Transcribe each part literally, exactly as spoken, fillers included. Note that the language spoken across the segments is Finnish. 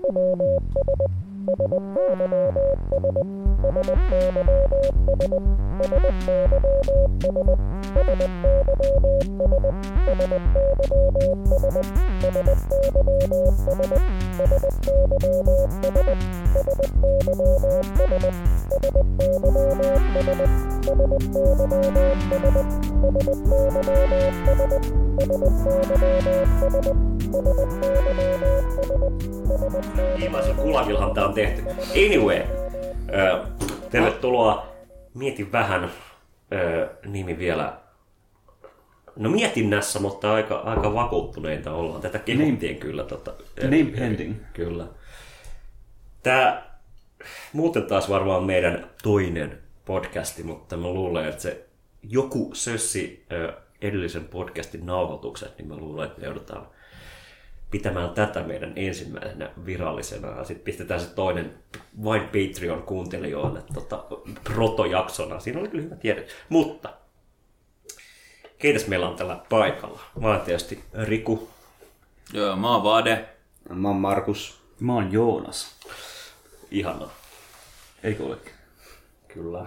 Ilmaisen kulakillahan tää on tehty. Anyway, äh, tervetuloa. Mietin vähän äh, nimi vielä. No mietinnässä, mutta aika, aika vakuuttuneita ollaan. Tätä kehuttiin kyllä. Tota, name pending. Kyllä. Tää muuten taas varmaan meidän toinen podcasti, mutta mä luulen, että se joku sössi äh, edellisen podcastin nauhoitukset, niin mä luulen, että me joudutaan pitämään tätä meidän ensimmäisenä virallisena. Sitten pistetään se toinen vain Patreon-kuuntelijoille tota, protojaksona. Siinä oli kyllä hyvä tiedot. Mutta keitäs meillä on tällä paikalla? Mä oon tietysti Riku. Joo, mä oon Vade. Mä oon Markus. Mä oon Joonas. Ihanaa. Eikö olekin? Kyllä.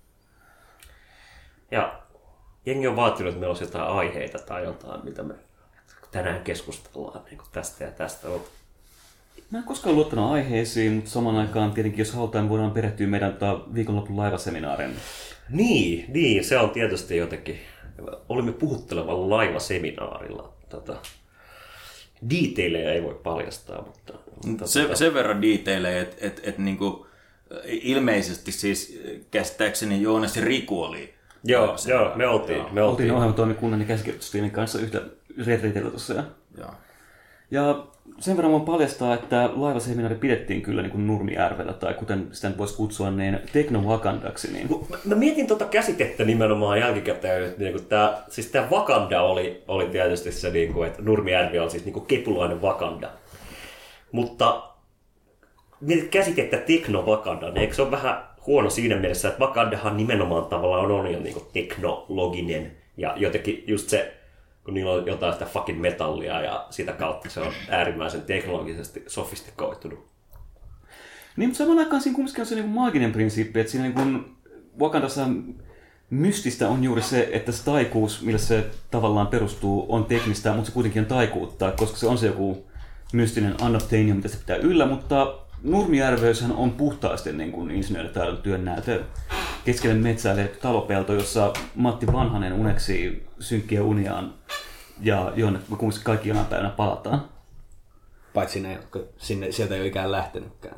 Ja jengi on vaatinut, että meillä olisi jotain aiheita tai jotain, mitä me tänään keskustellaan niin tästä ja tästä. Mä en koskaan luottanut aiheisiin, mutta saman aikaan tietenkin, jos halutaan, voidaan perehtyä meidän viikonlopun laivaseminaarin. Niin, niin, se on tietysti jotenkin. Olimme puhuttelevalla laivaseminaarilla. Tota, detaileja ei voi paljastaa, mutta... mutta se, tota... Sen verran detaileja, että et, et, niinku, ilmeisesti siis käsittääkseni Joonas ja Riku oli. Joo, joo, me oltiin. Joo. Me oltiin oltiin ohjelmatoimikunnan ja käsikirjoitustiimin kanssa yhtä retriitillä tuossa. Ja... ja sen verran voin paljastaa, että laivaseminaari pidettiin kyllä niin kuin Nurmijärvellä, tai kuten sitä nyt voisi kutsua, niin tekno-Wakandaksi. Niin... Mä, mä mietin tuota käsitettä nimenomaan jälkikäteen, että niin tämä, siis tämä Wakanda oli, oli tietysti se, niin kuin, että Nurmijärvi on siis niin kuin kepulainen Wakanda. Mutta mietit käsitettä tekno-Wakanda, niin eikö se ole vähän huono siinä mielessä, että Wakandahan nimenomaan tavallaan on jo niin kuin teknologinen ja jotenkin just se, kun niillä on jotain sitä fucking metallia ja sitä kautta se on äärimmäisen teknologisesti sofistikoitunut. Niin, mutta samaan aikaan siinä kumminkin on se niin kuin maaginen prinsiippi, että siinä niin kuin Wakandassa mystistä on juuri se, että se taikuus, millä se tavallaan perustuu, on teknistä, mutta se kuitenkin on taikuutta, koska se on se joku mystinen unobtainium, mitä se pitää yllä, mutta Nurmijärveyshän on puhtaasti niin kuin insinööritaidon työn näyte. Keskelle metsää lehty talopelto, jossa Matti Vanhanen uneksii synkkiä uniaan ja jonne kumminkin kaikki jonain päivänä palataan. Paitsi ne, jotka sinne, sieltä ei ole ikään lähtenytkään.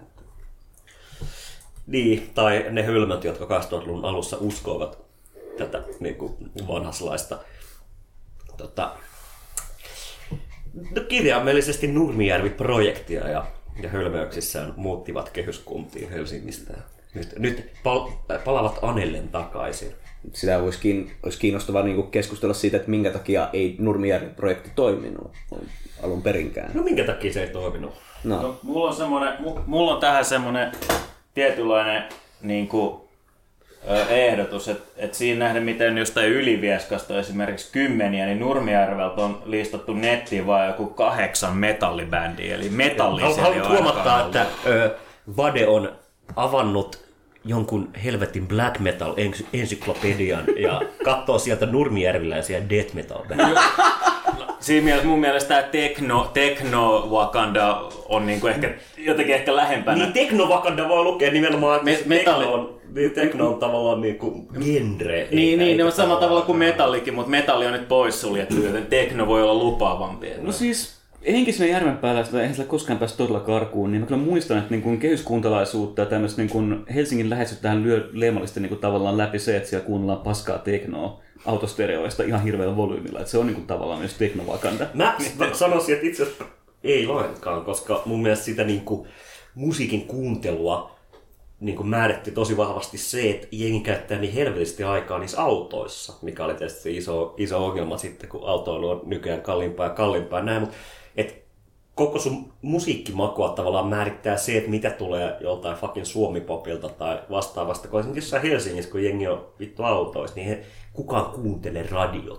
Niin, tai ne hölmöt, jotka kaksituhattaluvun alussa uskoivat tätä niin kuin vanhaslaista tota, no, kirjaimellisesti Nurmijärvi-projektia ja, ja hölmöyksissään muuttivat kehyskuntiin Helsingistä. Nyt, nyt pal- palavat Anellen takaisin. Sitä olisi, kiin- olisi kiinnostavaa niin kuin keskustella siitä, että minkä takia ei Nurmijärvi-projekti toiminut alun perinkään. No minkä takia se ei toiminut? No. No, mulla, on semmonen, mulla on tähän semmoinen tietynlainen niin kuin, ehdotus, että, että siinä nähdään, miten jostain Ylivieskasta esimerkiksi kymmeniä, niin Nurmijärveltä on listattu nettiin vain joku kahdeksan metallibändiä, eli metallisia. Haluan huomattaa, että ö, Vade on avannut jonkun helvetin black metal ensyklopedian ja katsoo sieltä nurmijärviläisiä death metal bändiä. Siinä mielessä mun mielestä tämä techno, techno Wakanda on niinku ehkä, jotenkin ehkä lähempänä. Niin techno Wakanda voi lukea nimenomaan, että Me, metalli... techno, on, niin techno on tavallaan niinku genre. Niin, niin, ne on samalla tavalla kuin metallikin, mutta metalli on nyt poissuljettu, joten techno voi olla lupaavampi. No siis henkisenä järven päällä, eihän sillä koskaan päästä todella karkuun, niin mä kyllä muistan, että niin kuin kehyskuuntalaisuutta ja tämmöistä niin kuin Helsingin läheisyyttä tähän lyö leimallisesti niin kuin tavallaan läpi se, että siellä kuunnellaan paskaa teknoa autostereoista ihan hirveällä volyymilla, että se on niin kuin tavallaan myös teknovakanda. Mä sanoisin, että itse asiassa ei lainkaan, koska mun mielestä sitä niin kuin musiikin kuuntelua niin kuin määritti tosi vahvasti se, että jengi käyttää niin helvetisti aikaa niissä autoissa, mikä oli tietysti iso, iso ongelma sitten, kun autoilu on nykyään kalliimpaa ja kalliimpaa näin, mutta et koko sun musiikkimakua tavallaan määrittää se, että mitä tulee joltain fucking suomipopilta tai vastaavasta, kun esimerkiksi jossain Helsingissä, kun jengi on vittu autoissa, niin he, kukaan kuuntelee radiota.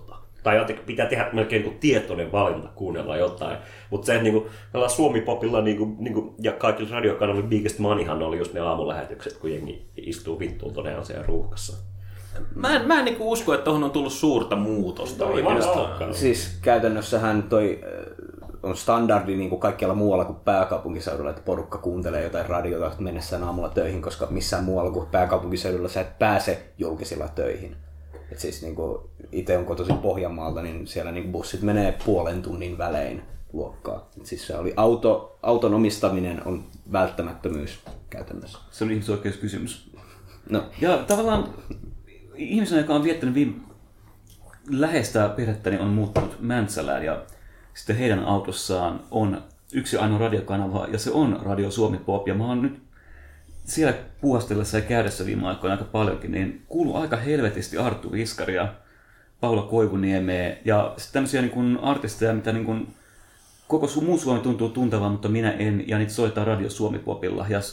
tai jotenkin pitää tehdä melkein niin kuin tietoinen valinta kuunnella jotain. Mutta se, niin kuin, Suomi-popilla niin kuin, niin kuin, ja kaikilla radiokanavilla Biggest Moneyhan oli just ne aamulähetykset, kun jengi istuu vittuun todella siellä ruuhkassa. Mä en, mä en niin kuin usko, että tuohon on tullut suurta muutosta. No, oikeastaan. Siis käytännössähän toi on standardi niin kuin kaikkialla muualla kuin pääkaupunkiseudulla, että porukka kuuntelee jotain radiota mennessään aamulla töihin, koska missään muualla kuin pääkaupunkiseudulla sä et pääse julkisilla töihin. Et siis niin kuin itse on kotoisin Pohjanmaalta, niin siellä niin bussit menee puolen tunnin välein luokkaa. Et siis se oli auto, auton omistaminen on välttämättömyys käytännössä. Se on ihmisoikeuskysymys. No. Ja tavallaan ihmisenä, joka on viettänyt viime läheistä perhettäni, on muuttanut Mäntsälään ja sitten heidän autossaan on yksi ainoa radiokanava ja se on Radio Suomi Pop. Ja mä oon nyt siellä puuhastellessa ja käydessä viime aikoina aika paljonkin, niin kuuluu aika helvetisti Arttu Viskaria, Paula Koivuniemeä ja sitten tämmöisiä niin kuin artisteja, mitä niin kuin koko muu Suomi tuntuu tuntevan, mutta minä en, ja niitä soittaa Radio Suomi Popilla. Ja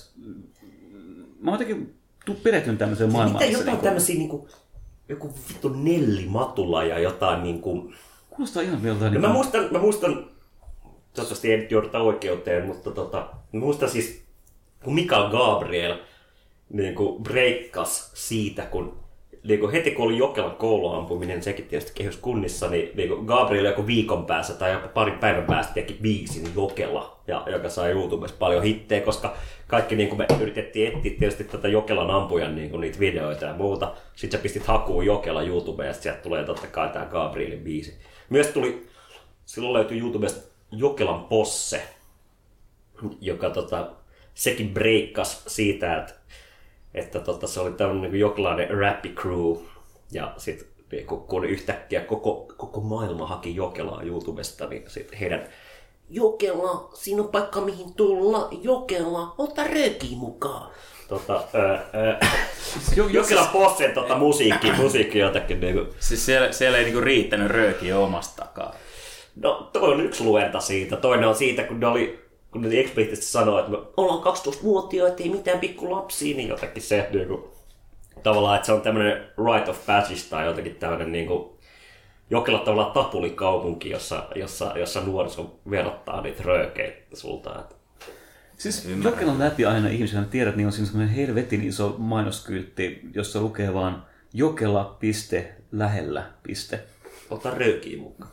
mä oon jotenkin perehtynyt tämmöiseen maailmaan. Mitä jotain niin tämmöisiä niinku, joku vittu Nelli Matula ja jotain niinku... Kuulostaa ihan miltä. No Niin mä muistan, mä muistan, toivottavasti ei nyt jouduta oikeuteen, mutta tota, mä muistan siis, kun Mikael Gabriel niin kuin breikkas siitä, kun niin kuin heti kun oli Jokelan kouluampuminen, sekin tietysti kehyskunnissa, niin, niin kuin Gabriel joku viikon päässä tai jopa parin päivän päästä teki biisin Jokela, ja, joka sai YouTubessa paljon hittejä, koska kaikki niin kuin me yritettiin etsiä tietysti tätä Jokelan ampujan niin kuin niitä videoita ja muuta. Sitten sä pistit hakuun Jokela YouTubeen ja sieltä tulee totta kai tää Gabrielin biisi. Myös tuli, silloin löytyi YouTubesta Jokelan Posse, joka tota, sekin breikkas siitä, että, että tota, se oli tämmöinen niin jokelainen rappi crew. Ja sitten niin kun yhtäkkiä koko, koko maailma haki Jokelaa YouTubesta, niin sitten heidän Jokela, siinä on paikka mihin tulla, Jokela, ota röökiä mukaan. Tota, ää, ää, Jokelan Possen tota, musiikki, musiikki jotakin niinku. Siis siellä, siellä ei niinku riittänyt röökiä omasta takaa. No toi on yksi luenta siitä. Toinen on siitä, kun ne oli, kun ne eksplisiittisesti sanoi, että me ollaan kaksitoistavuotiaita, ei mitään pikkulapsia, niin jotenkin se niinku, tavallaan, että se on tämmöinen rite of passage tai jotenkin tämmöinen niinku, Jokela tavallaan tapulikaupunki, jossa, jossa, jossa nuoriso verottaa niitä röökeitä sulta. Että. Siis Jokelan läpi aina ihmisenä tiedät, niin on siinä semmoinen helvetin iso mainoskyltti, jossa lukee vaan Jokela piste lähellä piste. Ota röökiä mukaan.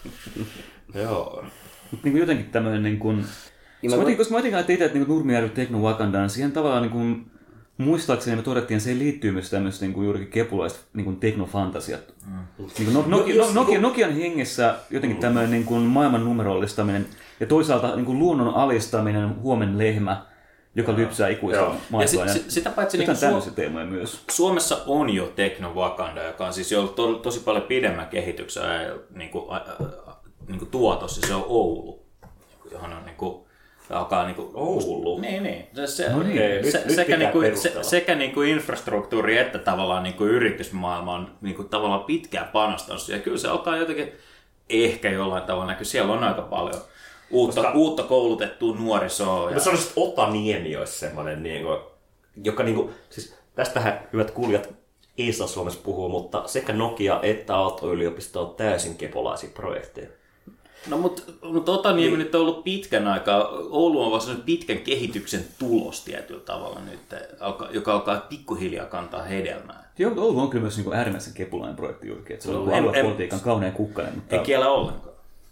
Joo. Mutta niin jotenkin tämmöinen, niin kuin, Niin mä mä- koska mä jotenkin ajattelin itse, että niin Nurmijärvi Tekno Wakandaan, siihen tavallaan niin kuin, muistaakseni me todettiin, että se liittyy myös tämmöistä niin kuin juurikin kepulaiset niin kuin teknofantasiat. Mm. Niin kuin no, Nokia, Jos- Nokia, Nokian hengessä jotenkin tämmöinen niin kuin maailman numerollistaminen ja toisaalta niin kuin luonnon alistaminen, huomen lehmä, joka lypsää ikuista Joo. Ja maitoa. sit, sit, sitä paitsi Jotain niinku tämmöisiä Suo- teemoja myös. Suomessa on jo Techno Wakanda, joka on siis ollut to, tosi paljon pidemmän kehityksen niin kuin, a, a, niin kuin tuotossa. Se on Oulu, johon on niin kuin, alkaa niin kuin, Oulu? Niin, niin. Se, se, No niin. Okei, se, nyt- nyt sekä, pitää niin kuin, se, perustella. sekä niin kuin infrastruktuuri että tavallaan niin kuin yritysmaailma on niin kuin, tavallaan pitkään panostanut. Ja kyllä se alkaa jotenkin ehkä jollain tavalla näkyy. Siellä on aika paljon uutta, Koska- uutta koulutettua nuorisoa. Mä sanoisin, että Otaniemi olisi semmoinen, niin kuin, joka niin kuin, siis tästähän hyvät kuulijat ei saa Suomessa puhua, mutta sekä Nokia että Aalto-yliopisto on täysin kepolaisia projekteja. No mutta mut Otaniemi nyt on ollut pitkän aikaa, Oulu on vasta nyt pitkän kehityksen tulos tietyllä tavalla nyt, alka- joka alkaa pikkuhiljaa kantaa hedelmää. Joo, mutta Oulu on kyllä myös niin kuin äärimmäisen kepulainen projekti juurikin, että se on ollut En- en- aluepolitiikan kaunean kukkanen. Mutta En kiellä ollenkaan.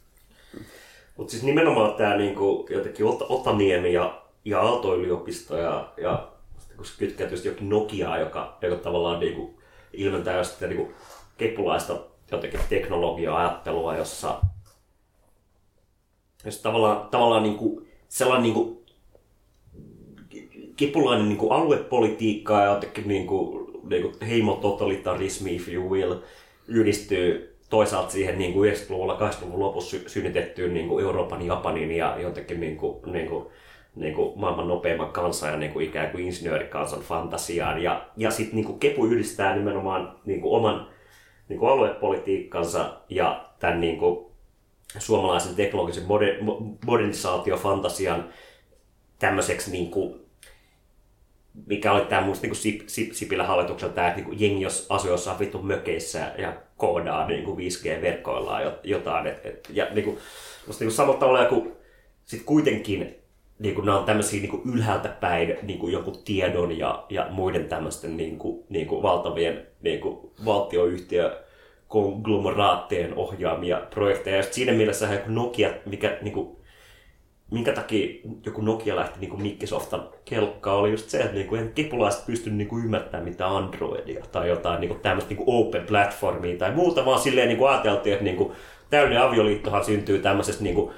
Mutta siis nimenomaan tämä niin kuin, jotenkin Ot- Otaniemi ja, ja Aalto-yliopisto ja, ja sitten kun se kytkeytyy sitten jokin Nokiaa, joka, joka tavallaan niin kuin, ilmentää just sitä niin kuin, kepulaista jotenkin teknologia-ajattelua, jossa jos tavallaan, tavallaan niin kuin, sellainen niin kuin, kepulainen niin kuin aluepolitiikka ja jotenkin niin kuin, niin kuin heimototalitarismi, if you will, yhdistyy toisaalta siihen niin kuin yhdeksänkymmentäluvulla, kahdeksankymmentäluvun lopussa sy- synnytettyyn niin kuin Euroopan, Japanin ja jotenkin niin kuin, niin kuin, niin kuin maailman nopeimman kansan ja niin kuin ikään kuin insinöörikansan fantasiaan. Ja, ja sitten niin kuin kepu yhdistää nimenomaan niin kuin oman niin kuin aluepolitiikkansa ja tämän niin kuin suomalaisen teknologisen moder- modernisaatiofantasian tämmöiseksi niin kuin mikä oli tämä musta niin Sip, Sip, Sipilän hallituksella, tämä, että niin jengi jos asuu jossain vittu mökeissä ja koodaa niin viisi G-verkkoillaan jotain. Et, et, ja niin kuin, musta niin samalla tavalla kuin sit kuitenkin niin kuin, nämä on tämmöisiä niin kuin ylhäältä päin niin kuin joku tiedon ja, ja muiden tämmöisten niin kuin, niin kuin valtavien niin kuin valtioyhtiö konglomeraattien ohjaamia projekteja. Ja siinä mielessä joku Nokia, mikä, niin kuin, minkä takia joku Nokia lähti niin kuin Microsoftan kelkkaan, oli just se, että niin kuin, en kepulaiset pysty niin kuin ymmärtämään mitään Androidia tai jotain niin kuin tämmöistä niin kuin open platformia tai muuta, vaan silleen niin kuin ajateltiin, että niin kuin, täydellinen avioliittohan syntyy tämmöisestä niin kuin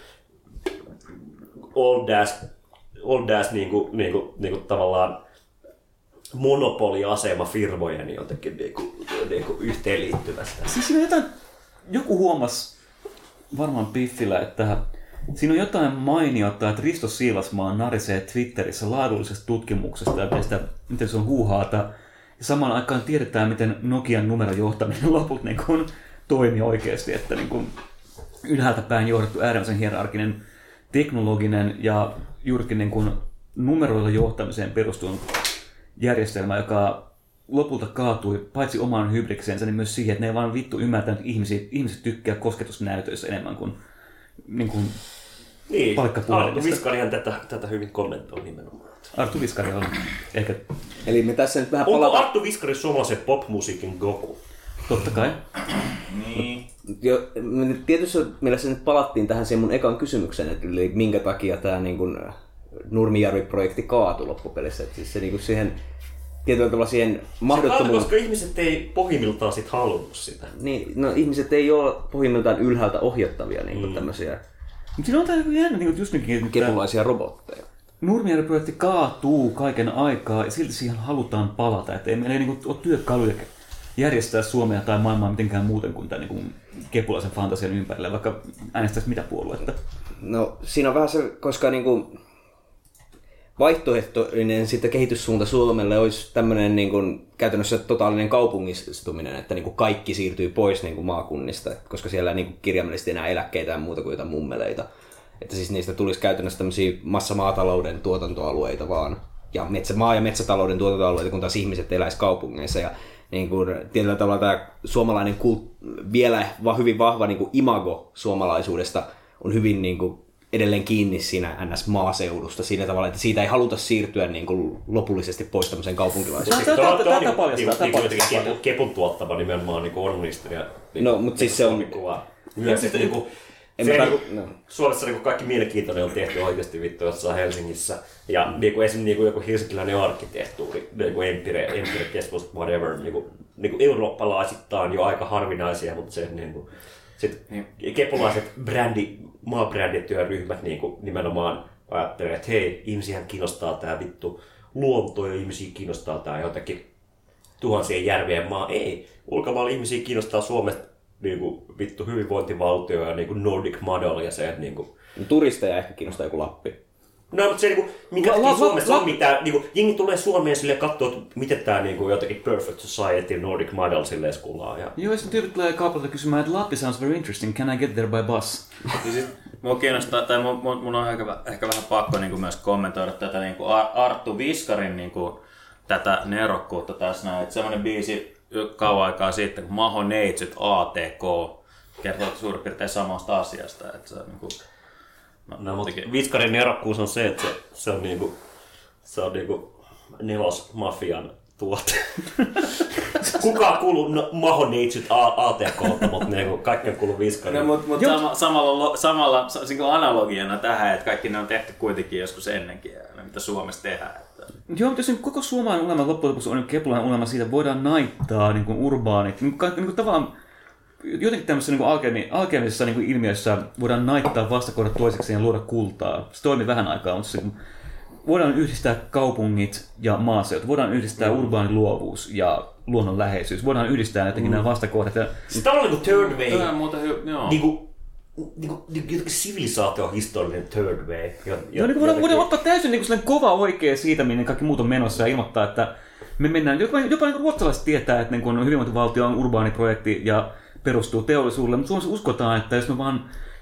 old ass, old ass niin kuin, niin kuin, niin kuin tavallaan monopoliasema firmojen jotenkin niin kuin, niin kuin yhteenliittyvästä. Siis siinä on jotain, joku huomasi varmaan Biffillä, että siinä on jotain mainiota, että Risto Siilasmaa narisee Twitterissä laadullisesta tutkimuksesta ja sitä, miten se on huuhaata. Ja samaan aikaan tiedetään, miten Nokian numerojohtaminen lopulta niin kuin toimi oikeasti, että niin kuin ylhäältä päin johdettu äärimmäisen hierarkinen teknologinen ja juurikin niin kuin numeroilla johtamiseen perustunut järjestelmä, joka lopulta kaatui paitsi omaan hybriksensä, niin myös siihen, että ne ei vaan vittu ymmärtänyt, että ihmiset, ihmiset tykkää kosketusnäytöissä enemmän kuin, niin kuin niin, palkkapuhelimista. Arttu Viskarihan tätä, tätä hyvin kommentoi nimenomaan. Arttu Viskari on ehkä... Eli me tässä nyt vähän Onko palataan... Arttu Viskari suomalaisen popmusiikin Goku? Totta kai. Niin. Jo, tietysti mielessä nyt palattiin tähän siihen mun ekan kysymykseen, että eli minkä takia tämä niin kuin Nurmijärvi-projekti kaatui loppupelissä. Että siis se niin kuin siihen tietyllä tavalla siihen mahdottomuuteen... Koska ihmiset ei pohjimmiltaan sit halunnut sitä. Niin, no ihmiset ei ole pohjimmiltaan ylhäältä ohjattavia niin kuin mm. tämmöisiä... Mutta siinä on tämä jännä niin just niin, kepulaisia robotteja. Nurmijärvi-projekti kaatuu kaiken aikaa ja silti siihen halutaan palata. Että ei meillä ei niin kuin, ole työkaluja järjestää Suomea tai maailmaa mitenkään muuten kuin tämän niin kepulaisen fantasian ympärillä, vaikka äänestäisi mitä puoluetta. No siinä on vähän se, koska niin kuin vaihtoehtoinen sitten kehityssuunta Suomelle olisi tämmöinen niin kuin käytännössä totaalinen kaupungistuminen, että niin kuin kaikki siirtyy pois niin kuin maakunnista, koska siellä ei niin kuin kirjaimellisesti enää eläkkeitä ja muuta kuin jotain mummeleita. Että siis niistä tulisi käytännössä tämmöisiä massamaatalouden tuotantoalueita vaan, ja metsä, maa- ja metsätalouden tuotantoalueita, kun taas ihmiset eläisi kaupungeissa. Ja niin kuin, tietyllä tavalla tämä suomalainen kult, vielä va, hyvin vahva niin kuin imago suomalaisuudesta on hyvin niin kuin edelleen kiinni siinä N S-maaseudusta siinä tavalla, että siitä ei haluta siirtyä niin kuin lopullisesti pois tämmöiseen kaupunkilaisuuteen. Tätä paljastaa. Kepun tuottama nimenomaan niin onnistunut. No, mutta siis se on... Myös, että niin kuin, se, tar- niin no. Suomessa niin kaikki mielenkiintoinen on tehty oikeasti vittu jossain Helsingissä. Ja niin kuin, esimerkiksi niin kuin joku helsinkiläinen arkkitehtuuri, niin kuin Empire, Empire Keskus, whatever, niin kuin, niin kuin eurooppalaisittain jo aika harvinaisia, mutta se niin kuin, sit niin. Kepulaiset brändi, maabrändityöryhmät niin kuin, nimenomaan ajattelee, että hei, ihmisiä kiinnostaa tää vittu luonto ja ihmisiä kiinnostaa tää jotenkin tuhansien järvien maa. Ei, ulkomailla ihmisiä kiinnostaa Suomesta niinku vittu hyvinvointivaltio ja niinku Nordic Model ja se, että niinku... Turisteja ehkä kiinnostaa joku Lappi. No, mutta se niinku, minkä la, la, Suomessa la, on mitään, niinku, jengi tulee Suomeen silleen katsoa, että miten tää niinku jotenkin Perfect Society Nordic Model silleen skulaa. Ja... Joo, ja sitten tyypit tulee kaupalta kysymään, että Lappi sounds very interesting, can I get there by bus? Siis, mua kiinnostaa, tai mun, mun on ehkä, ehkä vähän pakko niinku myös kommentoida tätä niinku Arttu Viskarin niinku, tätä nerokkuutta tässä näin, että semmonen biisi kauan aikaa sitten, kun Maho Neitsyt A T K kertoo suurin piirtein samasta asiasta. Että se on niin kuin, no, no, mutta Viskarin nerokkuus on se, että se, se on, niinku, se on niinku nelosmafian tuote. Kukaan kuuluu no, Maho Neitsyt A T K:lta, mutta niinku, kaikki on kuuluu Viskarin. No, mutta mut sama, samalla, samalla analogiana tähän, että kaikki ne on tehty kuitenkin joskus ennenkin, ja mitä Suomessa tehdään. Joo, mutta jos koko suomalainen unelma loppujen lopuksi on kepulainen unelma siitä, voidaan naittaa niin kuin urbaanit. Niin kuin, niin kuin tavallaan jotenkin tämmöisessä niin kuin alkemi, alkemisessa niin kuin ilmiössä voidaan naittaa vastakohdat toiseksi ja luoda kultaa. Se toimii vähän aikaa, mutta se, voidaan yhdistää kaupungit ja maaseutu. Voidaan yhdistää mm. urbaani luovuus ja luonnonläheisyys. Voidaan yhdistää jotenkin mm. nämä vastakohdat. Ja... Sitä on niin kuin third way. Tämä on muuta hy- joo. Niin kuin, niin kuin, jotenkin sivilisaatio historiallinen third way. Jo, no, niin voidaan, voidaan ottaa täysin niin kova oikea siitä, minne kaikki muut on menossa ja ilmoittaa, että me mennään, jopa, jopa niin ruotsalaiset tietää, että niin hyvinvointivaltio on urbaaniprojekti ja perustuu teollisuudelle, mutta Suomessa uskotaan, että jos me vaan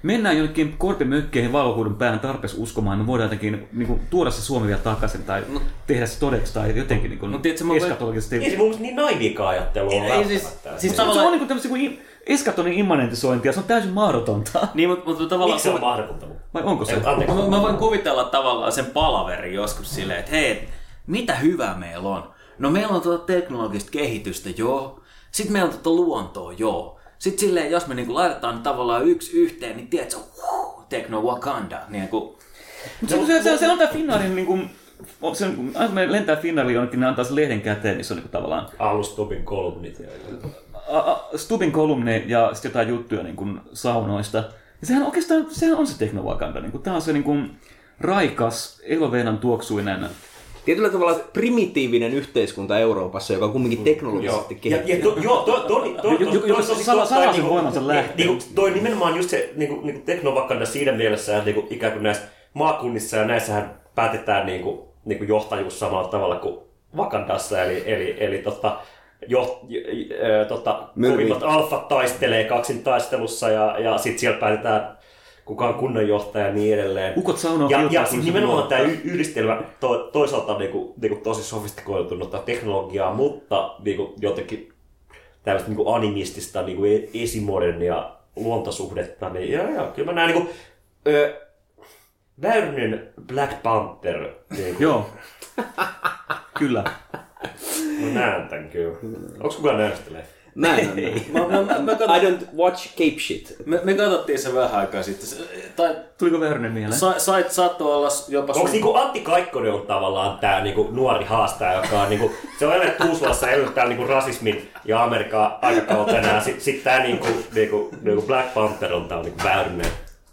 mennään jonnekin korpimökkeihin valohuudun päähän tarpeeksi uskomaan, me voidaan jotenkin niin kuin, tuoda se Suomi vielä takaisin tai no, tehdä se todeksi tai jotenkin niin kuin, eskatologisesti. Ei se mun mielestä niin naiviikaa ajattelua on ei, siis, siis se, tavallaan... se on niin kuin tämmöistä kuin eskatonin immanentisointia, se on täysin mahdotonta. Niin, mutta, mutta tavallaan... Miksi se on mahdotonta? Vai onko se? Mä, mä voin kuvitella tavallaan sen palaverin joskus silleen, että hei, mitä hyvää meillä on? No meillä on tuota teknologista kehitystä, joo. Sitten meillä on tuota luontoa, joo. Sitten silleen, jos me niinku laitetaan tavallaan yksi yhteen, niin tiedätkö, uh, Tekno Wakanda. Niin kuin... no, se, se, se on tää Finnaarin, niin kuin, se on, kun me lentää Finnaariin jonnekin, ne antaa se lehden käteen, niin se on niin kuin, tavallaan... Allu Stubin kolumnit. Ja... Stubin kolumni ja sitten jotain juttuja niin kuin, saunoista. Ja sehän oikeastaan sehän on se Tekno Wakanda. Niin kuin, tää on se niin kuin, raikas, eloveenan tuoksuinen... Tietyllä tavalla primitiivinen yhteiskunta Euroopassa, joka on kumminkin teknologisesti kehittynyt. Joo, toi salaisen voimansa lähtee. Toi nimenomaan just se niin teknovakanda siinä mielessä, että niin ikään kuin näissä maakunnissa ja näissähän päätetään niin kuin, niin kuin johtajuus samalla tavalla kuin Wakandassa, eli, eli, eli tota, jo, äh, tota, kovimmat alfat taistelee kaksin taistelussa ja, ja sitten siellä päätetään kuka on kunnanjohtaja ja niin edelleen. Ukot saunoo ja, ja siis nimenomaan tämä yhdistelmä to, toisaalta niinku, niinku tosi sofistikoitunutta teknologiaa, mutta niinku, jotenkin tämmöistä niinku animistista niinku esimodernia luontosuhdetta. Niin, ja, ja, kyllä mä näen niinku, ö, Väyrynen Black Panther. Niinku. Joo, kyllä. Mä näen tän kyllä. Onko kukaan nähnyt sitä leffa? Mä en mä, mä, mä, mä katsot... I don't watch cape shit. Me, me katsottiin se vähän aikaa sitten. Tai... Tuliko Väyrynen mieleen? Sa, sait saattoi olla jopa... Onko sun... niinku Antti Kaikkonen on tavallaan tää niinku nuori haastaja, joka on niinku... Se on elänyt Tuusulassa elnyt täällä niinku rasismin ja Amerikan aikakautena. Ja sit, sit tää niinku, niinku, niinku Black Panther on tää niinku Väyrynen.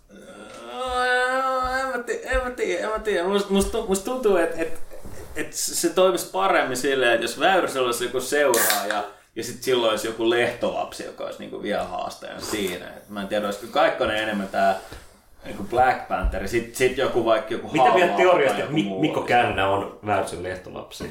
En mä tiedä, en mä tiedä. Musta, musta, musta tuntuu, että et, et se toimisi paremmin silleen, että jos Väyrysellä olisi joku seuraaja, ja sitten silloin olisi joku lehtolapsi, joka olisi niinku vielä haastajan siinä. Et mä en tiedä, olisiko Kaikkonen enemmän tää niinku Black Panther, sitten sit joku vaikka joku mitä vielä teoriasta, että Mik- Mikko Kärnä on Väyrysen lehtolapsi?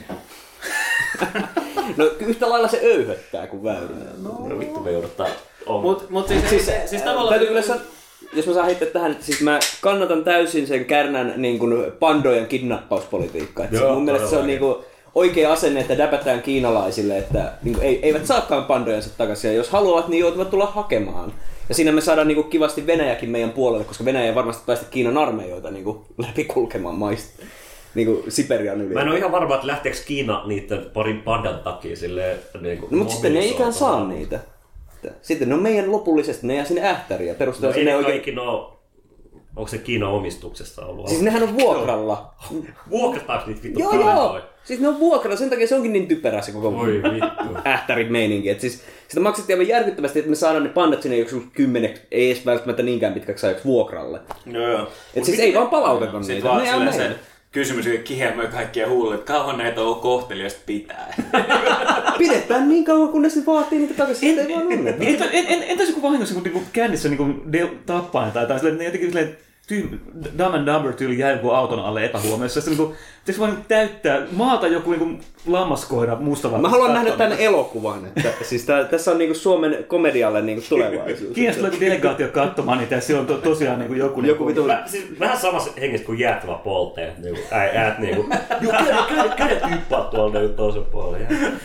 No yhtä lailla se öyhöttää kuin Väyrynen. No, no vittu me joudutaan. Mut, mut siis, siis, siis, siis tavallaan... Jos mä saan heittää tähän, että siis mä kannatan täysin sen Kärnän niin kuin pandojen kidnappauspolitiikkaa. Joo, mun mielestä se on niin kuin oikea asenne, että däpätään kiinalaisille, että niin kuin, ei, eivät saakaan pandojansa takaisin. Ja jos haluavat, niin joutuvat tulla hakemaan. Ja siinä me saadaan niin kuin, kivasti Venäjäkin meidän puolelle, koska Venäjä ei varmasti päästä Kiinan armeijoita niin kuin, läpi kulkemaan maista. Niin kuin Siperian yli. Mä en ole ihan varma, että lähteekö Kiina niiden parin pandan takia silleen... Niin no, mutta sitten ne ei ikään saa niitä. Sitten ne on meidän lopullisesti, ne jää sinne ähtäriin. No ei ne oikein... kaikki no... Onko se Kiinan omistuksessa ollut? Siis nehän on vuokralla. Vuokrataanko niitä vittu joo, joo. Siis ne on vuokralla, sen takia se onkin niin typerä se koko ähtärin meininki. Et siis sitä maksettiin aivan järkyttävästi, että me saadaan ne pandat sinne joku kymmeneksi, ei edes välttämättä niinkään pitkäksi ajaksi vuokralle. Joo, joo. Et siis ei vaan palauteta niitä. Vaan silleen se kysymys, joka kihelmöi kaikkia huulle, että kauan näitä on kohteliasta pitää. Pidetään niin kauan, kunnes ne vaatii niitä takaisin. Ei vaan onne. Entäs joku vahingossa, kun niinku kännissä niinku tappaa tai jotain silleen, jotenkin silleen Dumb and Dumber tyyli jää joku auton alle epähuomiossa. Sitten niinku, pitäisi vaan niinku täyttää, maata joku niinku lammaskoira mustavalla. Mä haluan nähdä tämän elokuvan. Että, siis tää, tässä on niinku Suomen komedialle niinku tulevaisuus. Kiinasta löytyy delegaatio katsomaan niitä ja siellä on to, tosiaan niinku joku... joku niinku, Mä, siis, vähän samassa hengessä kuin jäättävä polteen. Niinku, äät niinku... Juu, kädet, kädet yppaa tuolla niinku toisen puolella.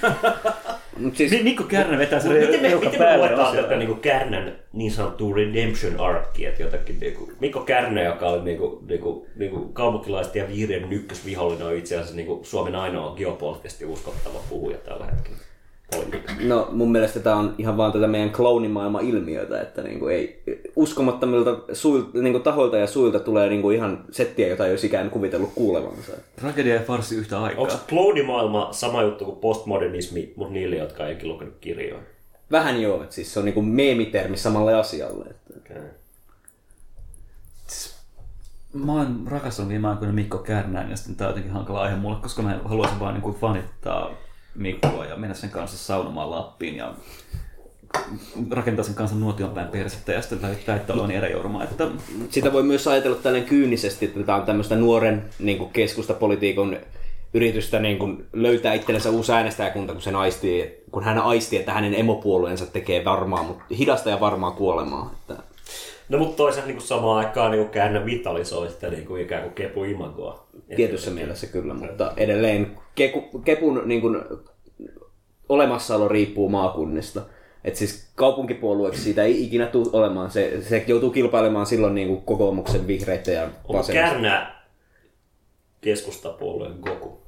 Siis, Mikko Kärnä vetää se miten me, reuka miten päälle. Miten me luetaan tätä niinku Kärnän niin sanottua redemption arcia, että jotakin niinku... Mikko Kärnä, joka oli niinku, niinku, niinku kaupunkilaisten ja vihreän ykkösvihollinen, on itse asiassa niinku Suomen ainoa geopoliittisesti uskottava puhuja tällä hetkellä. No mun mielestä tämä on ihan vaan tätä meidän kloonimaailman ilmiötä, että niinku ei uskomattomilta suilta, niinku tahoilta ja suilta tulee niinku ihan settiä, jota ei olisi ikään kuvitellut kuulevansa. Tragedia ja farssi yhtä aikaa. Onko kloonimaailma sama juttu kuin postmodernismi, mutta niille, jotka eikin lukenut kirjoja? Vähän joo, että siis se on niinku meemitermi samalle asialle. Että... Okay. Mä oon rakastanut viime aikoina Mikko Kärnään ja sitten tää on jotenkin hankala aihe mulle, koska mä haluaisin vaan niinku fanittaa Mikkoa ja mennä sen kanssa saunomaan Lappiin ja rakentaa sen kanssa nuotionpäin persettä ja sitten väittää olevani eräjourumaa. Että... Sitä voi myös ajatella tällainen kyynisesti, että tämä on tämmöistä nuoren niin kuin keskustapolitiikon yritystä niin kuin löytää itsellensä uusi äänestäjäkunta, kun, sen aistii, kun hän aistii, että hänen emopuolueensa tekee varmaa, mutta hidasta ja varmaa kuolemaa. Että... No mutta toisaalta niin samaan aikaan niin käännä vitalisoi sitä niin kuin ikään kuin kepun imagoa. Tietyssä mielessä kyllä, mutta edelleen keku, kepun niin kuin, olemassaolo riippuu maakunnista. Että siis kaupunkipuolueeksi siitä ei ikinä tule olemaan. Se, se joutuu kilpailemaan silloin niin kuin kokoomuksen, vihreitä ja onko Kärnä keskustapuolueen Goku?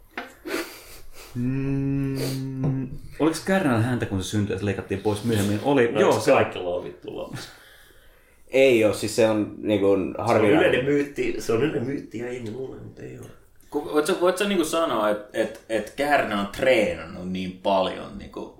Mm, oliko Kärnällä häntä, kun se syntyi, että leikattiin pois myöhemmin? Oli, no, joo, se kaikilla on vittu loppuisi. Ei ole, siis se on niin kuin harvinainen. Se on yleinen myytti, se on yleinen myytti ja ei luule, mutta ei ole. Voitko, voitko niin sanoa, että et, et Kärnä on treenannut niin paljon niin kuin,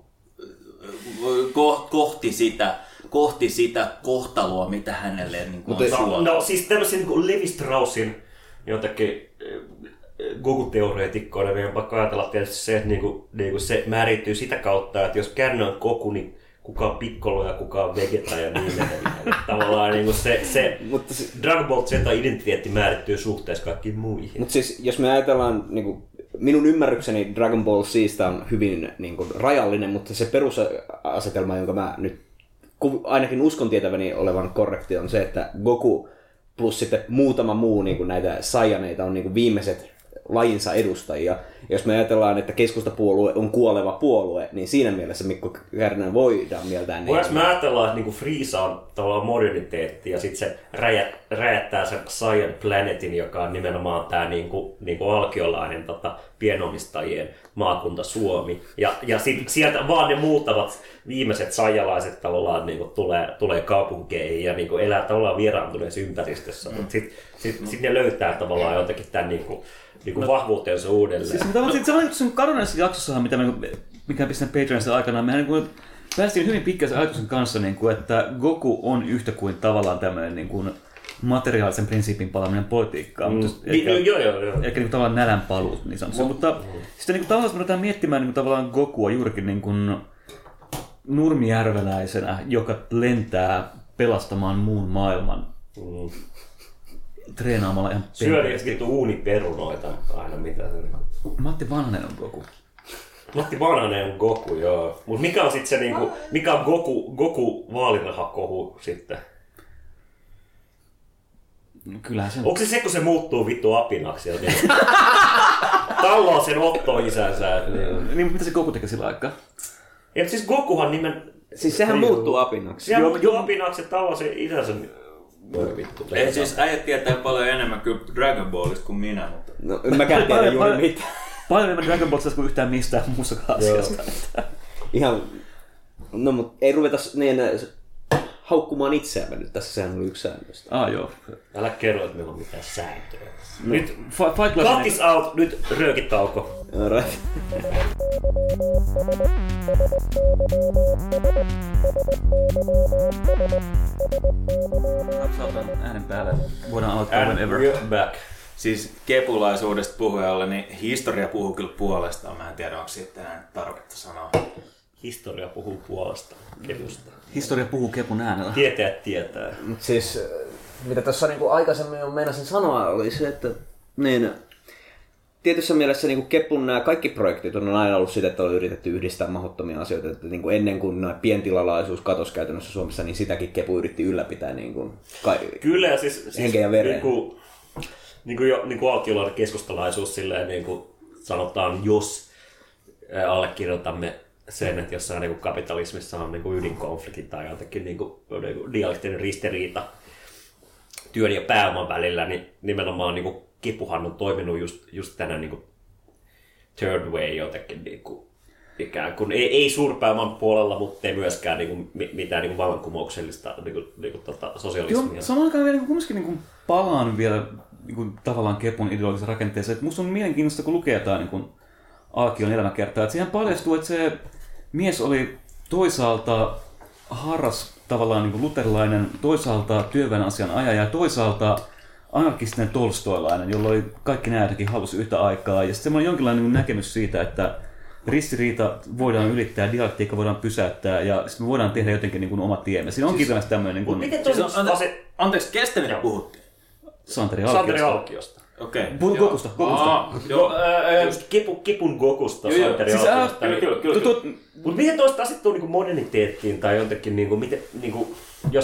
ko, kohti, sitä, kohti sitä kohtaloa, mitä hänelle niin kuin, on suotu? No siis tämmöisiä niin Levi Straussin jotakin Goku-teoreetikkoina meidän on pakko ajatella tietysti se, että niinku, niinku se määrittyy sitä kautta, että jos Kärnä on Goku, niin kuka on Piccolo ja kuka on Vegeta ja niin edelleen. Tavallaan niinku se, se mutta se Dragon Ball Z-identiteetti määrittyy suhteessa kaikkiin muihin. Mutta siis jos me ajatellaan, niinku, minun ymmärrykseni Dragon Ball Z:stä on hyvin niinku, rajallinen, mutta se perusasetelma, jonka mä nyt ainakin uskon tietäväni olevan korrekti, on se, että Goku plus sitten muutama muu niinku, näitä saiyaneita on niinku, viimeiset lajinsa edustajia. Ja jos me ajatellaan, että keskustapuolue on kuoleva puolue, niin siinä mielessä Mikko Kärnän voidaan mieltää. Voidaan me ajatella, että niinku Friisa on tavallaan moderniteetti ja sitten se räjät, räjättää sen Saiyan Planetin, joka on nimenomaan tämä niinku, niinku alkiolainen tota, pienomistajien maakunta Suomi. Ja, ja sit, sieltä vaan ne muutavat viimeiset saijalaiset tavallaan niinku, tulee, tulee kaupunkeihin ja niinku, elää tavallaan vieraantuneessa ympäristössä. Mm. Mutta sitten sit, sit ne löytää tavallaan jotenkin tämän niinku, niinku no, vahvuutensa uudelleen. Siis, no, se on sen kadonneessa jaksossahan, mitä me, mikä pistän Patreonissa aikana, mehän niin päästiin hyvin pitkään ajatuksen kanssa, niin kuin, että Goku on yhtä kuin tavallaan tämmöinen niin kuin, materiaalisen prinsiipin palaaminen politiikkaan. Mm. Mutta ehkä, joo, joo, joo. ehkä niin tavallaan nälän paluu, niin sanotaan. Mm. Mutta mm. sitten niin tavallaan ruvetaan miettimään niin kuin, tavallaan Gokua juurikin niin kuin, nurmijärveläisenä, joka lentää pelastamaan muun maailman. Mm. Treenaamalla ihan syödä vittu uuniperunoita aina mitä se. Matti Vanhanen on Goku. Matti Vanhanen on Goku, joo. Mut mikä on sitten se niinku, mikä on Goku, Goku vaalirahakohu sitten? No kyllähän se. Onko se se, kun se muuttuu vittu apinaksi? Talloo sen Otto-isänsä. Niin, niin mitä se Goku tekee sillä aikaa? Ja siis Gokuhan nimen... Siis sehän ei, muuttuu apinaksi. Sehän muuttuu apinaksi ja talloo sen isänsä. Voi vittu. Ei siis äijät tietää paljon enemmän kuin Dragon Ballista kuin minä, mutta... No en mäkään tiedä juuri mitään. Paljon enemmän Dragon Ballista kuin yhtään mistään muussakaan asiasta. Ihan... No mut ei ruveta niin haukkumaan itseämme nyt tässä, sehän oli yksi säännöstä. Ah joo. Älä kerro, että meillä on mitään sääntöjä. No. Nyt cut this out, nyt röökitauko. Alright. Äänen päälle. Voidaan aloittaa And whenever. we're back. Siis kepulaisuudesta puhujalle, niin historia puhuu kyllä puolestaan. Mä en tiedä, onko siitä enää tarvetta sanoa. Historia puhuu puolesta kepusta. Historia puhuu kepun äänellä. Tietäjät tietää. Mut siis, mitä tuossa niinku aikaisemmin jo meinasin sanoa, oli se, että niin, tietyssä mielessä niin kuin Kepun nämä kaikki projektit on aina ollut sitä, että on yritetty yhdistää mahdottomia asioita. Että niin kuin ennen kuin pientilalaisuus katosi käytännössä Suomessa, niin sitäkin Kepu yritti ylläpitää niin kuin ka- Kyllä, ja siis, henkeä ja vereen. Niin kuin, niin kuin, jo, niin kuin alkiolainen keskustalaisuus silleen, niin kuin sanotaan, jos allekirjoitamme sen, että jossain niin kuin kapitalismissa on niin kuin ydinkonflikti tai jotenkin niin kuin, niin kuin dialektinen ristiriita työn ja pääoman välillä, niin nimenomaan niin kuin Kepuhan on toiminut just, just tänä niin kuin third way jotenkin niin kuin, ikään kuin, ei, ei suurpääoman puolella, mutta ei myöskään niin kuin, mitään niin kuin vallankumouksellista niin kuin, niin kuin, tota, sosialismia. Joo, samaan aikaan vielä niin kumminkin niin palaan vielä niin kuin, tavallaan Kepun ideologiseen rakenteeseen. Minusta on mielenkiintoista, kun lukee jotain niin Aakion elämäkertaa, että siihen paljastuu, että se mies oli toisaalta harras tavallaan niin kuin luterilainen, toisaalta työväen asian ajaja ja toisaalta anarkistinen tolstoilainen, jolloin kaikki nämä jotenkin halusi yhtä aikaa. Ja sitten semmoinen jonkinlainen niin näkemys siitä, että ristiriita voidaan ylittää, dialektiikka voidaan pysäyttää ja sitten me voidaan tehdä jotenkin niin kuin oma tiemme. Siinä on siis, kirjallisesti tämmöinen... Niin kuin, miten siis on, ante, ase... Anteeksi, kestä mitä puhuttiin? Santeri Alkiosta. Santeri Alkiosta. Okei. Okay. Puhut Gokusta. Gokusta. Aa, joo, ää, just Kepu, Kepun Gokusta, joo, Santeri siis, Alkiosta. Kyllä, kyllä, kyllä. Mutta miten toista asettuu niinku moderniteettiin tai jotenkin, niinku, miten, niinku, jos,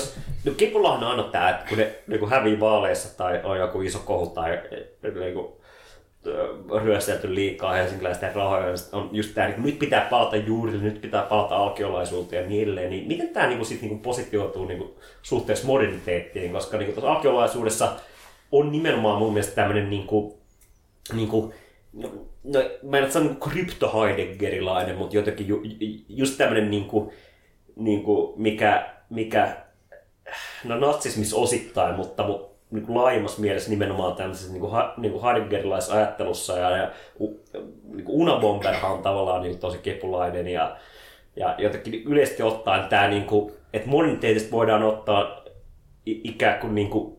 No Kepullahan on aina tää, että kun ne niin hävii vaaleissa tai on joku iso kohu tai niin ryöstelty liikaa helsinkiläisten rahoja, on just tää, niin nyt pitää palata juurille, nyt pitää palata alkiolaisuuteen ja niin edelleen. Niin miten tää niin sit niin positioituu niin suhteessa moderniteettiin, koska niin tuossa alkiolaisuudessa on nimenomaan mun mielestä tämmönen niin kuin, niin kuin, no, mä en ole sanonut krypto-heideggerilainen, mutta jotenkin ju, just tämmönen niin kuin, niin kuin mikä, mikä no natsismissa osittain, mutta niin kuin laajemmassa mielessä nimenomaan tämmöisessä niin kuin, niin kuin heideggerilaisessa ajattelussa ja, ja niin kuin Unabomberhan on tavallaan niin kuin tosi kepulainen ja, ja jotenkin yleisesti ottaen tämä, niin kuin, että moderniteetistä voidaan ottaa ikään kuin, niin kuin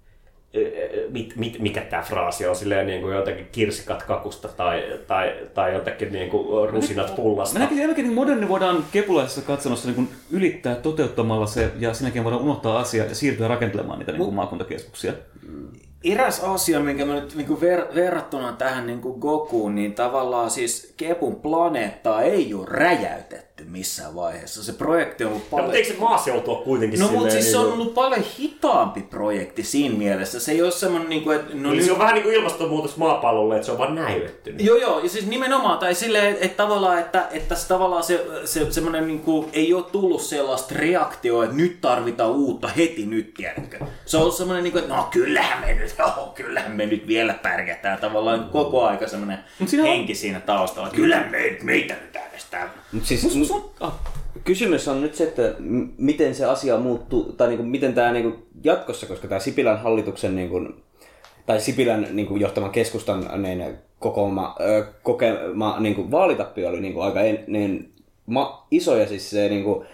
Mit, mit, mikä tämä fraasi on, silleen niin kuin jotenkin kirsikat kakusta tai, tai, tai jotenkin niin kuin rusinat pullasta. Mä näkin, että moderni voidaan kepulaisessa katsannossa niin kuin ylittää toteuttamalla se, ja sen jälkeen voidaan unohtaa asia ja siirtyä rakentelemaan niitä niin kuin maakuntakeskuksia. Eräs asia, minkä mä nyt niin kuin ver- verrattuna tähän niin kuin Gokuun, niin tavallaan siis Kepun planeettaa ei ole räjäytetty missään vaiheessa. Se projekti on ollut paljon... No, mutta eikö se maaseutu ole kuitenkin No, silleen... mutta siis niin se on kuin... ollut paljon hitaampi projekti siinä mielessä. Se ei ole semmoinen... Niin kuin, että, no, Eli nyt... se on vähän niin kuin ilmastonmuutos maapallolle, että se on vaan näytetty. Joo, joo. Ja siis nimenomaan, tai silleen, että, että tavallaan, että, että se, tavallaan se, se semmoinen niin kuin, ei ole tullut sellaista reaktioa, että nyt tarvitaan uutta heti nyt, tiedätkö? Se on ollut semmoinen, niin kuin, että no kyllähän me nyt, joo, kyllähän me nyt vielä pärjätään. Tavallaan koko aika semmoinen henki siinä taustalla. Kyllä me, meitä nyt äänestää. Mut siis, m- ah. Kysymys on nyt se, että m- miten se asia muuttuu, tai niinku, miten tämä niinku jatkossa, koska tämä Sipilän hallituksen, niinku, tai Sipilän niinku, johtaman keskustan niin, kokoama, ö, kokema niinku, vaalitappio oli niinku, aika en, niin, ma, iso ja siis se... Niinku,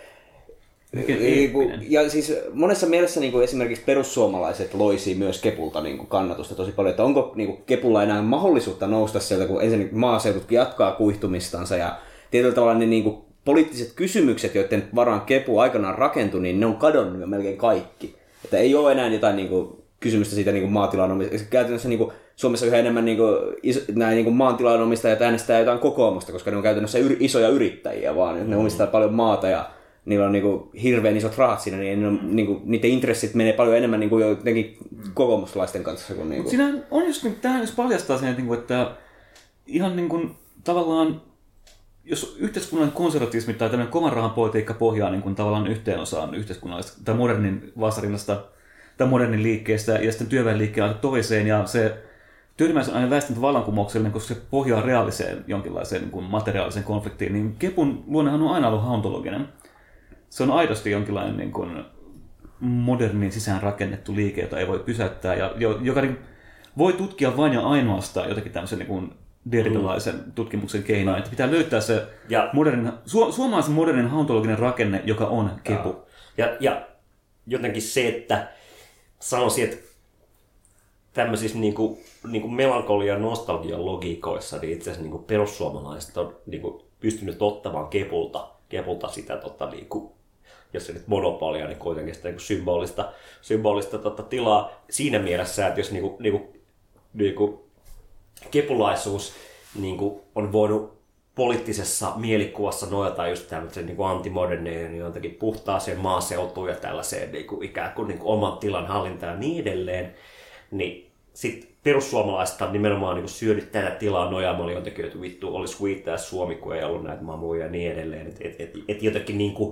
Niinku, ja siis monessa mielessä niinku esimerkiksi perussuomalaiset loisi myös Kepulta niinku kannatusta tosi paljon, että onko niinku Kepulla enää mahdollisuutta nousta sieltä, kun ensin maaseututkin jatkaa kuihtumistansa ja tietyllä tavalla ne niinku poliittiset kysymykset, joiden varaan Kepu aikanaan rakentui, niin ne on kadonnut jo melkein kaikki. Että ei ole enää jotain niinku kysymystä siitä niinku maatilan omistajasta. Käytännössä niinku Suomessa yhä enemmän niinku iso, nämä niinku maatilan omistajat äänestää jotain kokoomusta, koska ne on käytännössä yr, isoja yrittäjiä vaan. Ne omistaa paljon maata ja niillä on niinku hirveän isot rahat siinä, niin on, niinku, niiden intressit menee paljon enemmän niinku jotenkin kokoomuslaisten kanssa. Kuin niinku. Siinä on just, tähän jos paljastaa sen, että, että ihan niinku, tavallaan, jos yhteiskunnan konservatismi tai tämmöinen kovan rahan politiikka pohjaa niin kuin, tavallaan yhteen osaan yhteiskunnallista tai modernin vasarinnasta tai modernin liikkeestä ja sitten työväenliikkeen aika toiseen ja se työrymäys on aina väistämättä vallankumouksellinen, koska se pohjaa reaaliseen jonkinlaiseen niin kuin materiaaliseen konfliktiin, niin Kepun luonnehan on aina ollut hauntologinen. Se on aidosti jonkinlainen niin kuin modernin sisään rakennettu liike, jota ei voi pysäyttää, ja joka niin, voi tutkia vain ja ainoastaan jotakin tämmöisen niin derridalaisen mm. tutkimuksen keinoin, että pitää löytää se modernin, su, suomalaisen modernin hauntologinen rakenne, joka on Kepu. Ja, ja jotenkin se, että sanoisin, että tämmöisissä niin kuin, niin kuin melankolia- ja nostalgian logiikoissa, niin itse asiassa niin kuin perussuomalaiset on niin kuin pystynyt ottamaan Kepulta, Kepulta sitä tota, niin kuin, jos se nyt monopolia, niin kuitenkin sitä niin symbolista, symbolista tota, tilaa siinä mielessä, että jos niin kuin, niin kuin, niin kuin kepulaisuus niin kuin on voinut poliittisessa mielikuvassa nojata just tämmöisen niin antimoderneen, niin jotenkin puhtaaseen maaseutuun ja tällaiseen niin kuin, ikään kuin, niin kuin oman tilan hallintaan ja niin edelleen, niin sitten perussuomalaiset on nimenomaan niin syönyt tätä tilaa nojaamalla jotenkin, että vittu olisi huittaa Suomi, kun ei ollut näitä mamuja ja niin edelleen. Että et, et, et jotenkin niin kuin,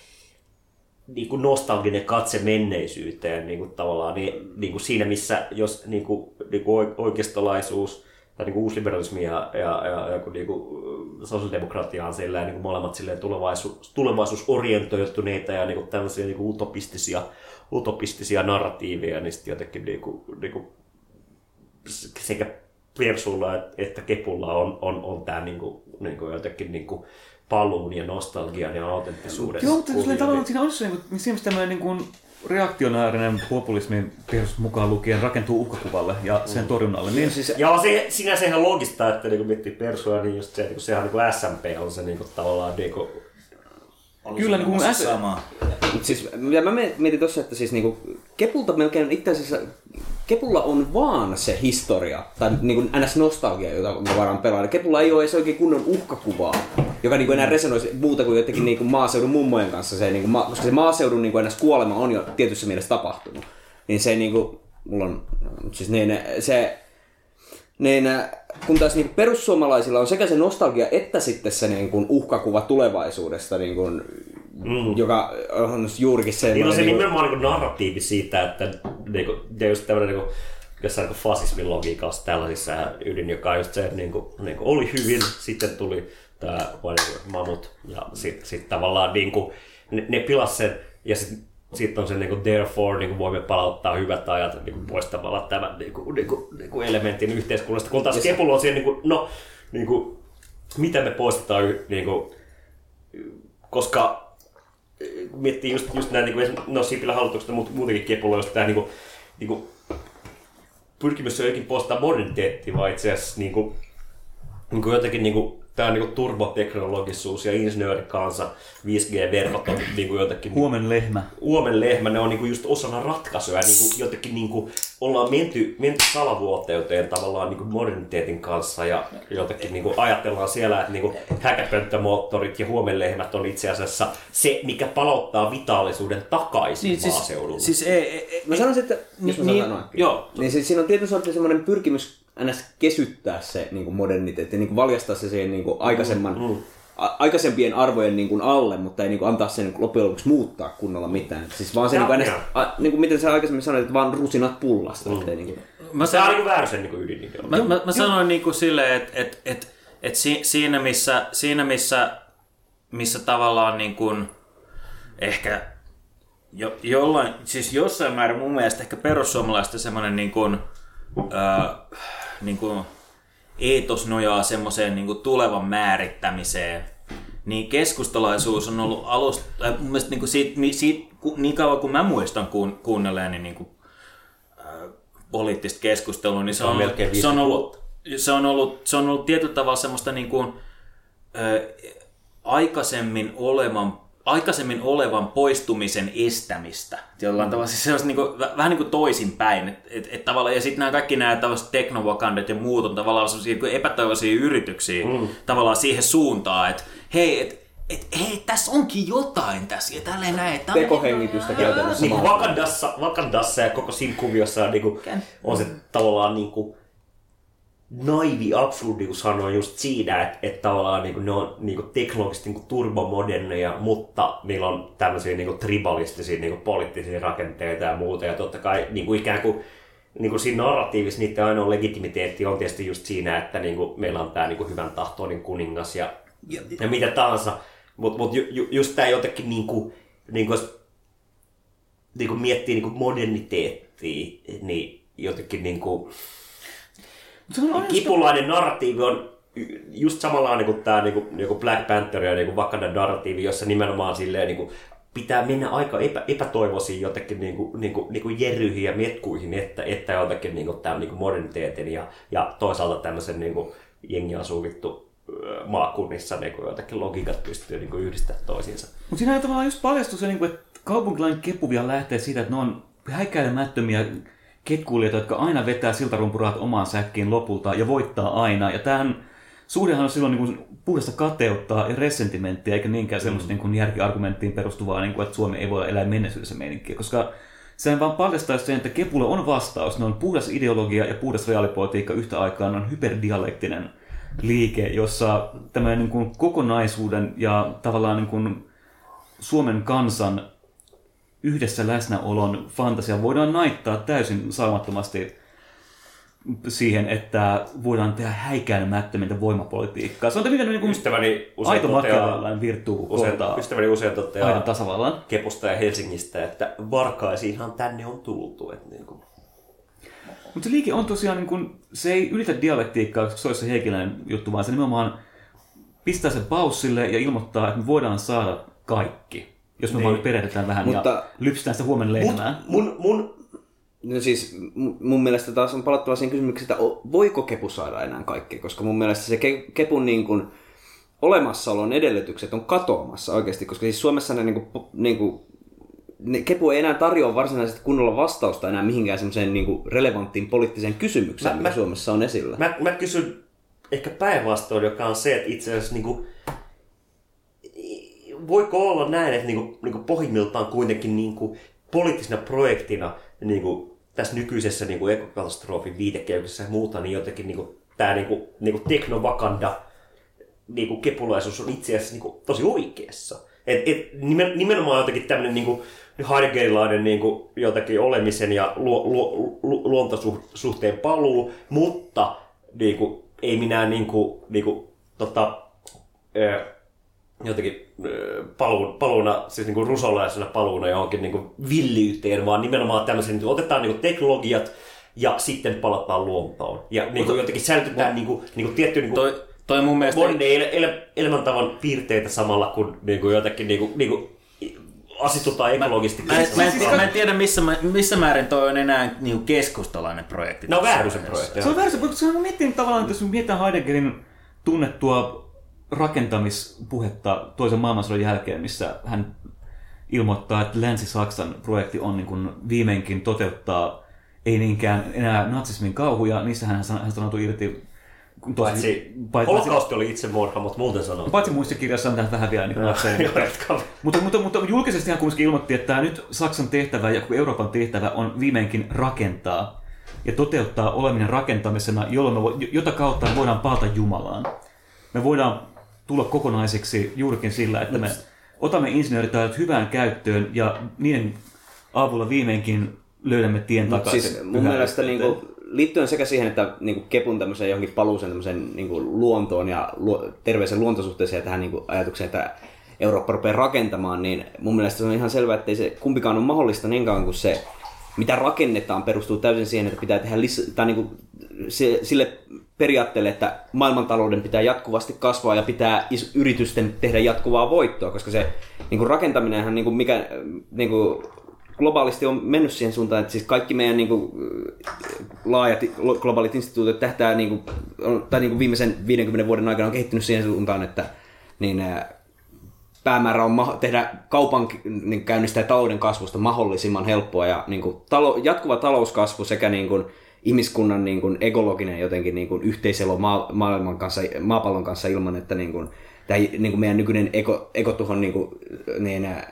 niin kuin nostalginen katse menneisyyteen niin kuin tavallaan niin, niin kuin siinä, missä jos niin kuin, niin kuin oikeistolaisuus tai niin kuin uusliberalismi ja, ja, ja, ja niin kuin sosiaalidemokratia on silleen, niin kuin molemmat silleen tulevaisuus, tulevaisuusorientoituneita ja niin kuin tällaisia niin kuin utopistisia, utopistisia narratiiveja, niin sitten jotenkin niin kuin, niin kuin sekä Persulla että Kepulla on, on, on tämä niin kuin, niin kuin jotenkin niin kuin paluun ja nostalgian ja autenttisuuden. Joo, mutta tavallaan siinä on se niin tämmöinen niin kuin reaktionaarinen populismin perus mukaan lukien rakentuu uhkakuvalle ja sen mm. torjunnalle. Niin siis... Ja se, sinänsä ihan logista, että niin miettii Persua, niin just se, niin sehän niin kuin S M P on se niin kuin, tavallaan... Niin kuin... Kyllä, niin kuin S... sama. Siis, ja mä mietin tuossa, että siis niinku, Kepulta melkein itse asiassa, Kepulla on vaan se historia, tai niinku ns. Nostalgia, jota varaan pelaa. Kepulla ei ole edes oikein kunnon uhkakuvaa. joka niin kuin enää resonoisi muuta kuin jotenkin niin kuin maaseudun mummojen kanssa, se, niin kuin, koska se maaseudun niin kuin enää kuolema on jo tietyssä mielessä tapahtunut. Niin se niin kuin, mulla on, siis niin, se, niin, kun taas niin perussuomalaisilla on sekä se nostalgia että sitten se niin kuin uhkakuva tulevaisuudesta, niin kuin, mm. joka on juurikin se... Niin on se niin nimenomaan niin narratiivi siitä, että niin kuin, ja just tämmöinen niin jossain niin fasismin logiikassa tällaisissa ydin, joka on just se, että niin kuin, niin kuin oli hyvin, sitten tuli tämä mamut ja sitten sit tavallaan niin kuin, ne, ne pilas sen ja sitten sitten on se niin kuin, therefore niin kuin voimme palauttaa hyvät ajat niin kuin, poistamalla tämän niin kuin, niin kuin, niin kuin elementin yhteiskunnasta, kun taas Kepulla on siihen, niin kuin, no, niin kuin, mitä me poistetaan, niin kuin, koska miettii just, just näin, niin kuin, no Sipilän hallituksesta, mutta muutenkin Kepulla on just tämä niin kuin, niin kuin, pyrkimys on jokin poistaa moderniteettia, vaan itse asiassa niin kuin, niin kuin jotenkin niin kuin, tämä niin kuin turboteknologisuus ja insinöörikansa, viisi G-verkot on niin kuin jotenkin... Huomen lehmä. Huomen lehmä, ne on niin kuin just osana ratkaisuja. Niin kuin jotenkin niin kuin ollaan menty, menty salavuoteuteen tavallaan niin kuin moderniteetin kanssa ja jotenkin niin kuin ajatellaan siellä, että niin kuin häkäpönttömoottorit ja huomen lehmät on itse asiassa se, mikä palauttaa vitaalisuuden takaisin niin, maaseudulle. Siis, siis ei, ei, mä sanoisin, että... Jos mä niin, sanoin, joo. Niin siis siinä on tietysti sortin semmoinen pyrkimys ns. Kesyttää se niin kuin moderniteetti, niin kuin valjastaa se siihen niin kuin aikaisemman, mm, mm. a, aikaisempien arvojen niin kuin alle, mutta ei niin kuin antaa sen niin kuin loppujen lopuksi muuttaa kunnolla mitään. Siis vaan se, ja, niin kuin, ns, a, niin kuin miten sä aikaisemmin sanoit, että vaan rusinat pullasta. Mm. Ettei, niin kuin... Mä se on niin kuin väärä sen niin ydin. Mä, mä, mä sanoin niin kuin silleen, että et, et, et si, siinä, missä, siinä missä, missä tavallaan niin kuin, ehkä jo, jollain, siis jossain määrin mun mielestä ehkä perussuomalaisten semmoinen niin kuin, Öö, niin kuin eetos nojaa semmoiseen niin kuin tulevan määrittämiseen, niin keskustalaisuus on ollut alusta, tai mun mielestä niin, kuin siitä, siitä, niin kauan kuin mä muistan kuun, kuunnelleeni niin kuin, äh, poliittista keskustelua, niin se on, on, se on, ollut, se on, ollut, se on ollut tietyllä tavalla semmoista niin kuin, äh, aikaisemmin olevan aikaisemmin olevan poistumisen estämistä. Jollain tavalla siis se on niin kuin, vähän niin kuin toisinpäin. Et, et, et tavallaan, ja sitten nämä kaikki nämä teknovakandet ja muut on tavallaan sellaisia epätoivoisia yrityksiä mm. tavallaan siihen suuntaan, että hei, et, et, hei, tässä onkin jotain tässä ja tälleen näin. Tekohengitystä käytännössä. Niin Wakandassa, Wakandassa ja koko siinä kuviossa niin kuin, on se tavallaan niin kuin, naivi absurdiushan on just siinä, että, että tavallaan niin kuin ne on niin kuin teknologisesti niin kuin turbomoderneja, mutta niillä on tämmöisiä niin kuin tribalistisia niin kuin poliittisia rakenteita ja muuta. Ja totta kai niin kuin ikään kuin, niin kuin siinä narratiivissa niiden ainoa legitimiteetti on tietysti just siinä, että niin kuin meillä on tämä niin kuin hyvän tahtoinen kuningas ja, ja, ja mitä tahansa. Mutta mut ju, ju, just tämä jotenkin, niin kuin, niin kuin, niin kuin miettii niin kuin moderniteettia, niin jotenkin... Niin kuin, kipulainen narratiivi on just samanlainen kuin tämä niin kuin Black Panther ja niin kuin Wakandan narratiivi, jossa nimenomaan silleen, niin kuin pitää mennä aika epä, epätoivoisiin jotenkin niin kuin, niin kuin, niin kuin jerryihin ja metkuihin, että, että jotenkin niin kuin tämän niin kuin moderniteetin ja, ja toisaalta tämmöisen niin kuin jengi asuu vittu maakunnissa, niin kuin jotenkin logiikat pystyy niin kuin yhdistämään toisiinsa. Mutta siinä tavallaan just paljastui se, että kaupunkilainen kepu vielä lähtee siitä, että ne on häikäilemättömiä ketkuilijoita, jotka aina vetää siltarumpurahat omaan säkkiin lopulta ja voittaa aina. Ja tämähän suhdehan on silloin niin kuin puhdasta kateutta ja resentimenttiä, eikä niinkään semmoista niin kuin järkiargumenttiin perustuvaa, niin kuin, että Suomi ei voi elää menneisyydessä meininkiä. Koska sehän vaan paljastaisi sen, että kepulle on vastaus. Ne on puhdas ideologia ja puhdas reaalipolitiikka yhtä aikaa. Ne on hyperdialektinen liike, jossa tämmöinen niin kuin kokonaisuuden ja tavallaan niin kuin Suomen kansan yhdessä läsnäolon fantasia voidaan naittaa täysin saumattomasti siihen, että voidaan tehdä häikäilemättömintä voimapolitiikkaa. Se on miten niin ystäväni aito makialainen virtuu kohtaa ystäväni usein toteaa aidon tasavallan Kepusta ja Helsingistä, että Varkaisiinhan tänne on tultu. Että niin kuin. Mutta se liike on tosiaan, niin kuin, se ei ylitä dialektiikkaa, koska se olisi se heikiläinen juttu, vaan se nimenomaan pistää sen paussille ja ilmoittaa, että me voidaan saada kaikki. Jos me niin. vaan perehdytään vähän mutta, ja lypsitään sitä huomenna lehmään. Mun, mun, no siis, mun mielestä taas on palattava siihen kysymykseen, että voiko kepu saada enää kaikkea, koska mun mielestä se kepun niin kuin olemassaolon edellytykset on katoamassa oikeasti, koska siis Suomessa ne, niin kuin, niin kuin, ne kepu ei enää tarjoa varsinaisesti kunnolla vastausta enää mihinkään semmoiseen niin kuin relevanttiin poliittiseen kysymykseen, mä, mikä mä, Suomessa on esillä. Mä, mä kysyn ehkä päinvastoin, joka on se, että itse asiassa niin kuin, voiko olla näin, että niinku, niinku pohjimmiltaan kuitenkin niinku poliittisena projektina niinku, tässä nykyisessä niinku ekokatastrofin viitekehyksessä ja muuta, niin jotenkin niinku, tämä niinku, niinku teknovakanda niinku, kepulaisuus on itse asiassa niinku, tosi oikeassa. Et, et, nimenomaan jotenkin tämmöinen niinku, heideggerilainen niinku, jotenkin olemisen ja luo, luo, lu, luontosuhteen paluu, mutta niinku, ei minä niinku, niinku, tota, ö, jotenkin ö, paluun, paluuna, siis niinku rusolaisena paluuna johonkin niinku villiyteen, vaan nimenomaan tämmöisen, että otetaan niinku teknologiat ja sitten palataan luontoon. Ja niinku, jotenkin säilytetään niinku, niinku tietty niinku, toi, toi mun mielestä moninen el- el- elämäntavan piirteitä samalla, kun niinku, jotenkin niinku, niinku, asetutaan ekologisesti. Mä, mä, mä, en, mä en tiedä, missä, missä määrin toi on enää niinku keskustalainen projekti. No Vährysen projekti. Se on Vährysen projekti. Se on miettinyt tavallaan, että jos mietitään Heideggerin tunnettua rakentamispuhetta toisen maailmansodan jälkeen, missä hän ilmoittaa, että Länsi-Saksan projekti on niin kuin viimeinkin toteuttaa ei niinkään enää natsismin kauhuja, niissä hän sanoutui irti. Tosi, paitsi, paitsi holokausti oli itsemurha, mutta muuten sanoo. Paitsi muistikirjassa on tähän vähän vielä niin mutta, mutta, mutta julkisesti hän kuitenkin ilmoitti, että nyt Saksan tehtävä ja Euroopan tehtävä on viimeinkin rakentaa ja toteuttaa oleminen rakentamisena, jolloin me, jota kautta me voidaan palata Jumalaan. Me voidaan tulla kokonaiseksi juurikin sillä, että me otamme insinööritaidot hyvään käyttöön ja niiden avulla viimeinkin löydämme tien takaisin. Siis mun mielestä niinku, liittyen sekä siihen, että niinku Kepun tämmöiseen johonkin paluuseen tämmöiseen niinku luontoon ja luo, terveeseen luontosuhteeseen ja tähän niinku ajatukseen, että Eurooppa rupeaa rakentamaan, niin mun mielestä se on ihan selvää, että ei se kumpikaan ole mahdollista niin kauan kuin se, mitä rakennetaan, perustuu täysin siihen, että pitää tehdä lisää, tai niinku se, sille periaatteelle, että maailmantalouden pitää jatkuvasti kasvaa ja pitää yritysten tehdä jatkuvaa voittoa, koska se niinku rakentaminenhan, niinku mikä niinku, globaalisti on mennyt siihen suuntaan, että siis kaikki meidän niinku, laajat globaalit instituutiot tähtää, niinku, tai niinku viimeisen viidenkymmenen vuoden aikana on kehittynyt siihen suuntaan, että niin, päämäärä on ma- tehdä kaupan niin, käynnistä ja talouden kasvusta mahdollisimman helppoa ja niin kuin, talo- jatkuva talouskasvu sekä niin kuin, ihmiskunnan niin kuin, ekologinen jotenkin niin kuin, yhteiselo ma- maailman kanssa, maapallon kanssa ilman, että niin kuin, tämä, niin kuin meidän nykyinen eko- ekotuhon niin kuin, niin, ää,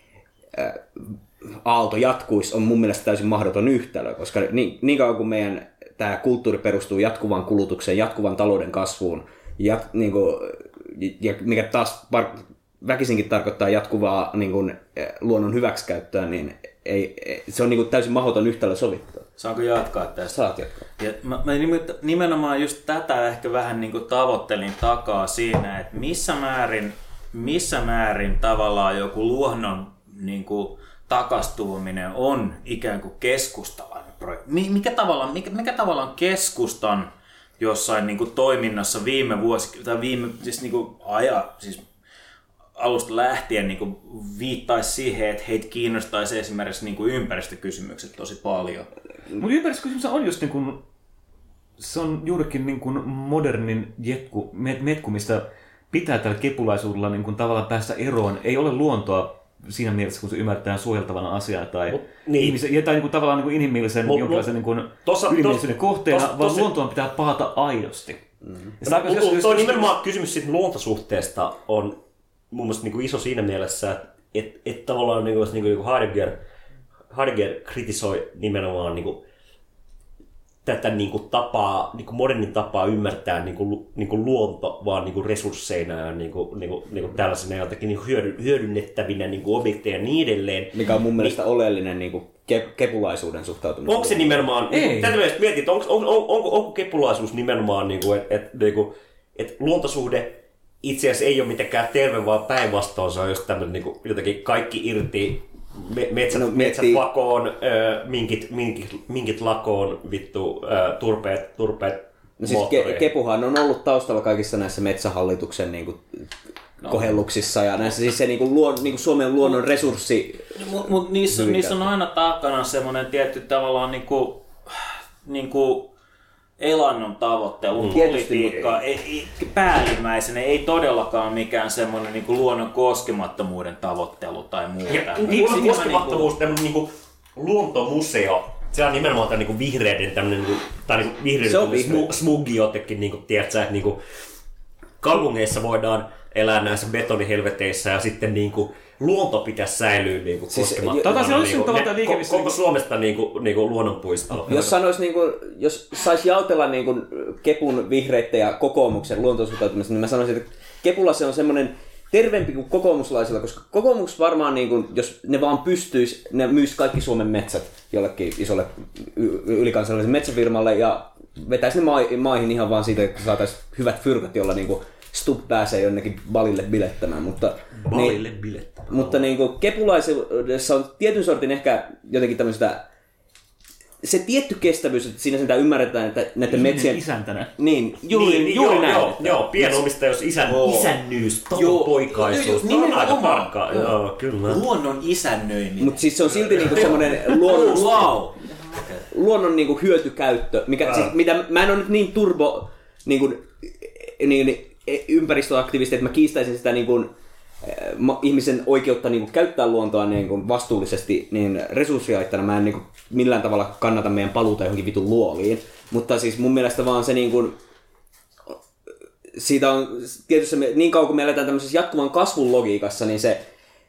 aalto jatkuisi on mun mielestä täysin mahdoton yhtälö, koska niin, niin kauan kuin meidän tämä kulttuuri perustuu jatkuvaan kulutukseen, jatkuvan talouden kasvuun, jat, niin kuin, ja mikä taas väkisinkin tarkoittaa jatkuvaa niin kuin, luonnon hyväksikäyttöä, niin ei, ei, se on niin kuin, täysin mahdoton yhtälö sovittaa. Saanko jatkaa tästä? Saat jatkaa. Ja mä, mä nimenomaan just tätä ehkä vähän niin kuin tavoittelin takaa siinä, että missä määrin, missä määrin tavallaan joku luonnon niin kuin, takastuominen on ikään kuin keskustalainen projekti. Mikä tavallaan, mikä, mikä tavallaan keskustan jossain niin kuin toiminnassa viime vuosi tai viime siis niin kuin aja, siis alusta lähtien niin kuin viittaisi siihen, että heitä kiinnostaisi esimerkiksi niin kuin ympäristökysymykset tosi paljon. Mutta ympäristökysymys on just niin kuin, se on juurikin niin kuin modernin jetku, metku, mistä pitää tällä kepulaisuudella niin kuin tavallaan päästä eroon. Ei ole luontoa siinä mielessä, kun se ymmärretään suojeltavana asiana tai, Mut, niin. ihmisen, tai niin kuin, tavallaan niin kuin inhimillisen Mut, jonkinlaisen niin kuin ylimielisyyden kohteena, tos, vaan tos, luontoon pitää palata aidosti. Mm-hmm. Tuo on nimenomaan kysymys siitä luontosuhteesta on mun mielestä niin kuin iso siinä mielessä, että et, et tavallaan niin kuin, niin kuin Heidegger, Heidegger kritisoi nimenomaan niin kuin, tätä niin kuin, tapaa, niin kuin modernin tapaa ymmärtää niin kuin, niin kuin luonto vaan niin kuin resursseina ja niin kuin, niin kuin, niin kuin tällaisena jotenkin niin hyödy, hyödynnettävinä niin kuin objekteja ja niin edelleen. Mikä on mun mielestä niin, oleellinen niin kuin ke, kepulaisuuden suhtautuminen. Onko se nimenomaan, niin tätä mielestä mietit, onko, onko, onko, onko kepulaisuus nimenomaan, niin kuin, että et, niin kuin, et luontosuhde itse asiassa ei ole mitenkään terve, vaan päinvastoin se on just tämmöinen niin kuin, jotenkin kaikki irti, me, metsät, no, metsät lakoon, äh, minkit, minkit, minkit lakoon, vittu, äh, turpeet, turpeet no siis ke, Kepuhan on ollut taustalla kaikissa näissä metsähallituksen niin kuin, no. kohelluksissa ja näissä siis se niin kuin, luon, niin kuin Suomen luonnon resurssi. Mutta mut niissä, niissä on aina takana semmoinen tietty tavallaan niin kuin, niin kuin elannon tavoittelu, mm. politiikka, ei, ei, päällimmäisenä ei todellakaan mikään semmoinen niin kuin luonnon koskemattomuuden tavoittelu tai muuta. Ja, luonnon koskemattomuus, tämmöinen niin kuin luontomuseo, se on nimenomaan tämän niin vihreiden, tämmöinen, tai niin vihreiden smugi jotenkin, niin kuin, tiedätkö, että niin kuin, kaupungeissa voidaan elää näissä betonihelveteissä ja sitten niinku luonto pitäisi säilyä niinku Siis, koskemattomana. Tätä se olisi niinku, tavallaan ne- liike- ko- koko Suomesta niinku, niinku luonnonpuisto. Jos sanois niinku, jos sais jaotella niinku Kepun, vihreitten ja kokoomuksen luontosuhtautumista, niin mä sanoisin, että Kepulla se on semmoinen terveempi kuin kokoomuslaisilla, koska kokoomus varmaan, niinku, jos ne vaan pystyis, ne myis kaikki Suomen metsät jollekin isolle y- ylikansalliselle metsäfirmalle ja vetäisi ne ma- maihin ihan vaan siitä, että saataisiin hyvät fyrkat, jolla niinku Stubb pääsee jonnekin balille bilettämään. Mutta, Balille niin, bilettämään. mutta niinku kepulaisessa on tietyn sortin ehkä jotenkin tämmöistä se tietty kestävyys, että siinä sentään ymmärretään, että näiden Ihminen metsien... isäntänä. Niin, juuri, niin, juuri joo, näin. Joo, että- joo pienomistajuus, isän, Oo. isännyys, Joo, talonpoikaisuus. joo, joo, Tämä on aika nimenomaan. tarkkaa. Joo. Joo, kyllä. Luonnon isännöiminen. Mutta siis se on silti niinku semmoinen luonnon, Wow. luonnon niinku hyötykäyttö, mikä, Ää. siis, mitä mä en ole nyt niin turbo niinku, niin, ympäristöaktivisti, että mä kiistäisin sitä niinku, ma- ihmisen oikeutta niinku, käyttää luontoa niinku, vastuullisesti niin resurssiaittana. Mä en niinku, millään tavalla kannata meidän paluuta johonkin vitun luoliin. Mutta siis mun mielestä vaan se niinku, siitä on tietysti niin kauan kun me eletään tämmöisessä jatkuvan kasvun logiikassa, niin se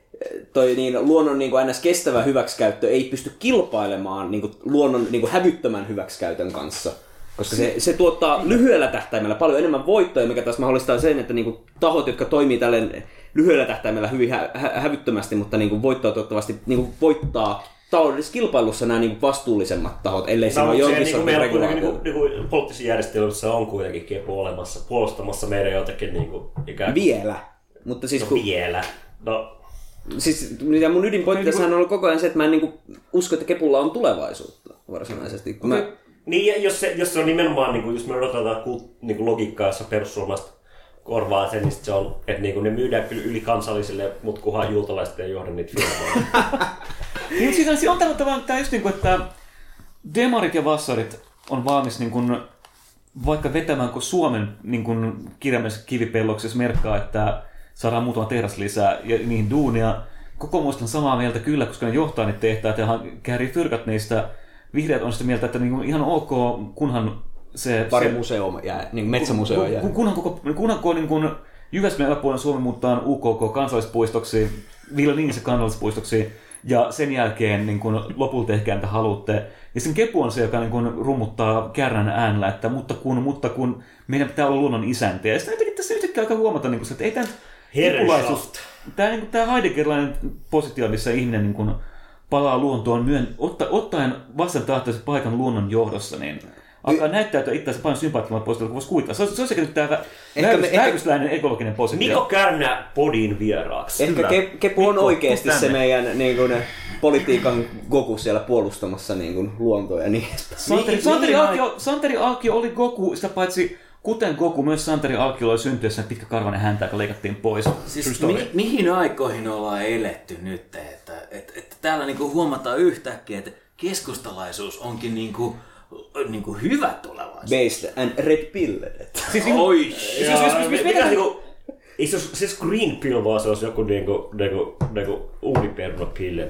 toi niin, luonnon niin kuin ns. Kestävä hyväksikäyttö ei pysty kilpailemaan niin kuin, luonnon niin kuin, hävyttömän hyväksikäytön kanssa. Koska se, se tuottaa lyhyellä tähtäimellä paljon enemmän voittoja, mikä taas mahdollistaa sen, että niin kuin, tahot, jotka toimii tälleen lyhyellä tähtäimellä hyvin hä- hä- hävyttömästi, mutta niin kuin, voittoa tuottavasti niin kuin, voittaa taloudellisessa kilpailussa nämä niin kuin, vastuullisemmat tahot, ellei siinä ole jonkin niin sortin meillä regulaatio. niin, niin, niin, poliittisessa järjestelmässä on kuitenkin kepu olemassa, puolustamassa meidän jotakin niin kuin, ikään kuin... Vielä. Mutta siis, No, kun, vielä. No, siis ja mun ydinpointti tässä on ollut koko ajan se, että mä en niin kuin, usko, että kepulla on tulevaisuutta varsinaisesti. Kun mä, niin, ja jos se, jos se on nimenomaan, niin kuin, jos me odotetaan kult, niin kuin logiikkaa, jossa perussuomalaiset korvaa sen, niin se on, että niin kuin ne myydään kyllä ylikansallisille, mutta kunhan juutalaiset ei johda niitä firmoja. Niin, siis on tällä tavalla, tämä just niin kuin, että demarit ja vassarit on valmis niin kuin, vaikka vetämään kuin Suomen niin kuin, kirjaimellisessä kivipelloksessa merkkaa, että saadaan muutama tehdas lisää ja niihin duunia. Kokoomusta on samaa mieltä kyllä, koska ne johtaa niitä tehtaat ja käärii fyrkat niistä. Vihreät on sitä mieltä, että niin kuin, ihan ok, kunhan se... pari se, museo jää, niin metsämuseo jää. kun, kunhan koko, kunhan koko niin kuin, Jyväskylän yläpuolella Suomi muuttaa U K K kansallispuistoksi, Ville Niinisen kansallispuistoksi, ja sen jälkeen niin kun, lopulta ehkä mitä haluatte. Ja sen kepu on se, joka niin kun, rummuttaa kärrän äänellä, että mutta kun, mutta kun meidän pitää olla luonnon isäntiä. Ja sitten jotenkin tässä yhtäkkiä alkaa huomata, niin kun, että ei tämä kepulaisuus, tämä, niin kun, tämä heideggerilainen positio, missä ihminen niin kun, palaa luontoon myön, otta, ottaen vastentahtoisen paikan luonnon johdossa, niin alkaa näyttäytyä itseänsä paljon sympaattisemmalta positiolta kuin voisi kuvitella. Se on, se on sekä nyt tämä väärysläinen ekologinen positio. Niko Kärnä podin vieraaksi. Ehkä ke, Kepu on Mikko, oikeasti tuu se tänne. meidän niin kuin, politiikan Goku siellä puolustamassa niin kuin, luontoa ja niin edespäin. Santeri, Mihin- Santeri, mihin Alkio, Santeri Alkio oli Goku, sitä paitsi kuten Goku, myös Santeri Alkiolla oli syntyessä pitkäkarvainen häntä, joka leikattiin pois. Siis mi- mihin aikoihin ollaan eletty nyt, että, että, että täällä niinku huomataan yhtäkkiä, että keskustalaisuus onkin niinku, niinku hyvä tulevaisuus. Based and red pilled. Siis, Oi! Siis, siis- siis- siis, siis- mikä mitä- niinku... Ei se, olisi- siis green pill vaan se olisi joku niinku, niinku, niinku uuniperunapille.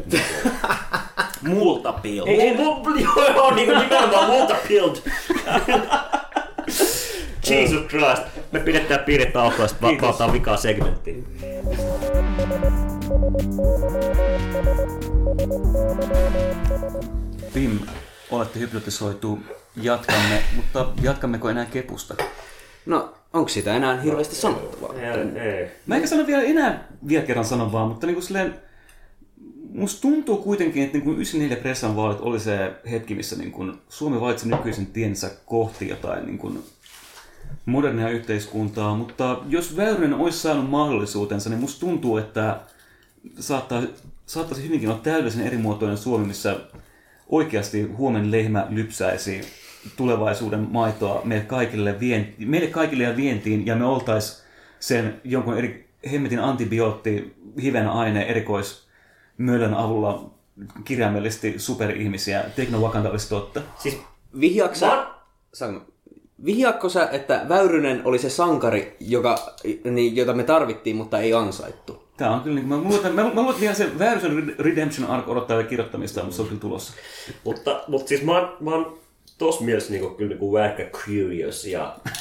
Multapil. Ei, ei, Joo, joo, niinku nimenomaan multa pilled. Jesus Christ. Me pidetään piirit aukoa, sitten Kiitos. palataan vikaa segmenttiin. Pim, olette hypnotisoitu, jatkamme, mutta jatkammeko enää kepusta? No, onko sitä enää hirveästi sanottavaa? Ei, ei. Mä enkä sano vielä enää vielä kerran sanon vaan, mutta niinku silleen, musta tuntuu kuitenkin, että niinku yhdeksänkymmentäneljä pressan vaalit oli se hetki, missä niinku Suomi valitsi nykyisen tiensä kohti jotain niinku modernia yhteiskuntaa, mutta jos Väyrynen olisi saanut mahdollisuutensa, niin musta tuntuu, että saattaa, saattaisi hyvinkin olla täydellisen erimuotoinen Suomi, missä oikeasti huomenna lehmä lypsäisi tulevaisuuden maitoa meille kaikille, vienti, meille kaikille ja vientiin, ja me oltais sen jonkun eri, hemmetin antibiootti, hiven aine, erikoismöllön avulla kirjaimellisesti superihmisiä. Teknovakanta olisi totta. Siis Vihjaatko sä, Mä- sano, vihjaatko sä, että Väyrynen oli se sankari, joka, niin, jota me tarvittiin, mutta ei ansaittu? Tää on kyllä, niin, mä luulen, mä, mä luulen, että vielä se Väyrysen Redemption Arc odottaa vielä kirjoittamista, mutta se on kyllä tulossa. Mutta, mutta siis mä oon, mä oon tossa mielessä niinku, kyllä niinku aika curious ja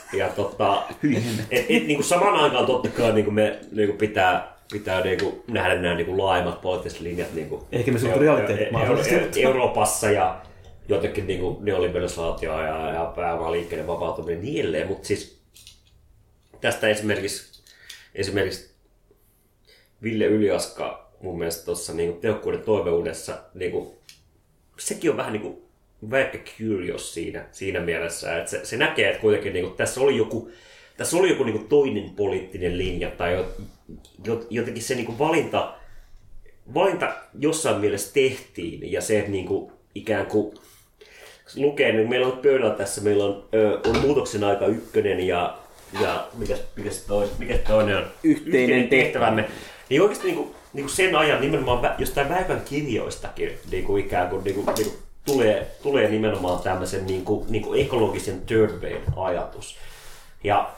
ja tota, et, et, niin kuin samaan aikaan totta kai niin kuin me niin kuin pitää, pitää niin kuin nähdä nämä niin kuin laajemmat poliittiset linjat niin kuin ehkä me suhtuu realiteetit mahdollisesti. Euroopassa ja jotenkin niin kuin neoliberalisaatio ja, ja pääomaliikkeiden vapautuminen ja niin edelleen, mutta siis tästä esimerkiksi, esimerkiksi Ville Yliaska mun mielestä tuossa niin tehokkuuden toiveudessa, niin kuin, sekin on vähän niin kuin vaikka curious siinä, siinä mielessä, että se, se näkee, että kuitenkin niin kuin, tässä oli joku, tässä oli joku niin kuin toinen poliittinen linja tai jotenkin se niin kuin valinta, valinta jossain mielessä tehtiin ja se, että niin kuin, ikään kuin lukee, niin meillä on pöydällä tässä, meillä on, ö, on muutoksen aika ykkönen ja, ja mikä, mikä, tois, mikä toinen on yhteinen, yhteinen tehtävämme. Niin oikeasti niin kuin, niin kuin sen ajan nimenomaan jostain Väikän kirjoistakin niin kuin ikään kuin, niin kuin, niin kuin tulee, tulee nimenomaan tämmöisen niin kuin, niin kuin ekologisen third wave ajatus. Ja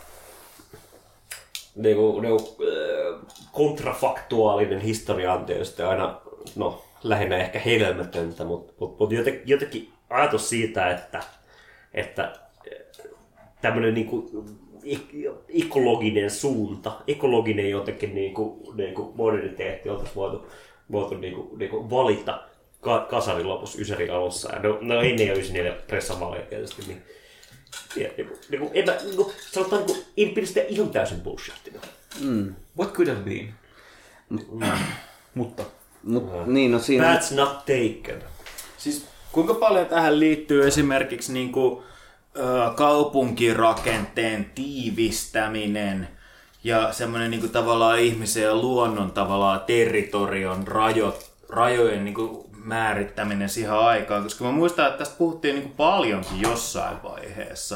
niin kuin, niin kuin, kontrafaktuaalinen historia on tietysti aina no, lähinnä ehkä hedelmätöntä, mutta, mutta, mutta jotenkin, jotenkin ajatus siitä, että, että tämmöinen niin kuin ekologinen suunta, ekologinen jotenkin niin kuin, niin kuin moderniteetti oltaisiin voitu, voitu niin kuin, niin kuin valita ka- kasarin lopussa Ysärin alussa. No, no ennen ja yhdeksänkymmentäneljä pressavaaleja tietysti. Niin, ja, niin kuin, niin kuin, en mä, niin kuin, sanotaan, niin kuin, en pidä sitä ihan täysin bullshittina. Mm. What could have been? Mm. Mutta. Mut, no. Niin, no siinä... That's not taken. Siis kuinka paljon tähän liittyy esimerkiksi niin kuin, ö, kaupunkirakenteen tiivistäminen ja semmoinen niin kuin, tavallaan ihmisen ja luonnon tavallaan territorion rajo, rajojen niin kuin, määrittäminen siihen aikaan, koska mä muistan, että tästä puhuttiin niin kuin, paljonkin jossain vaiheessa.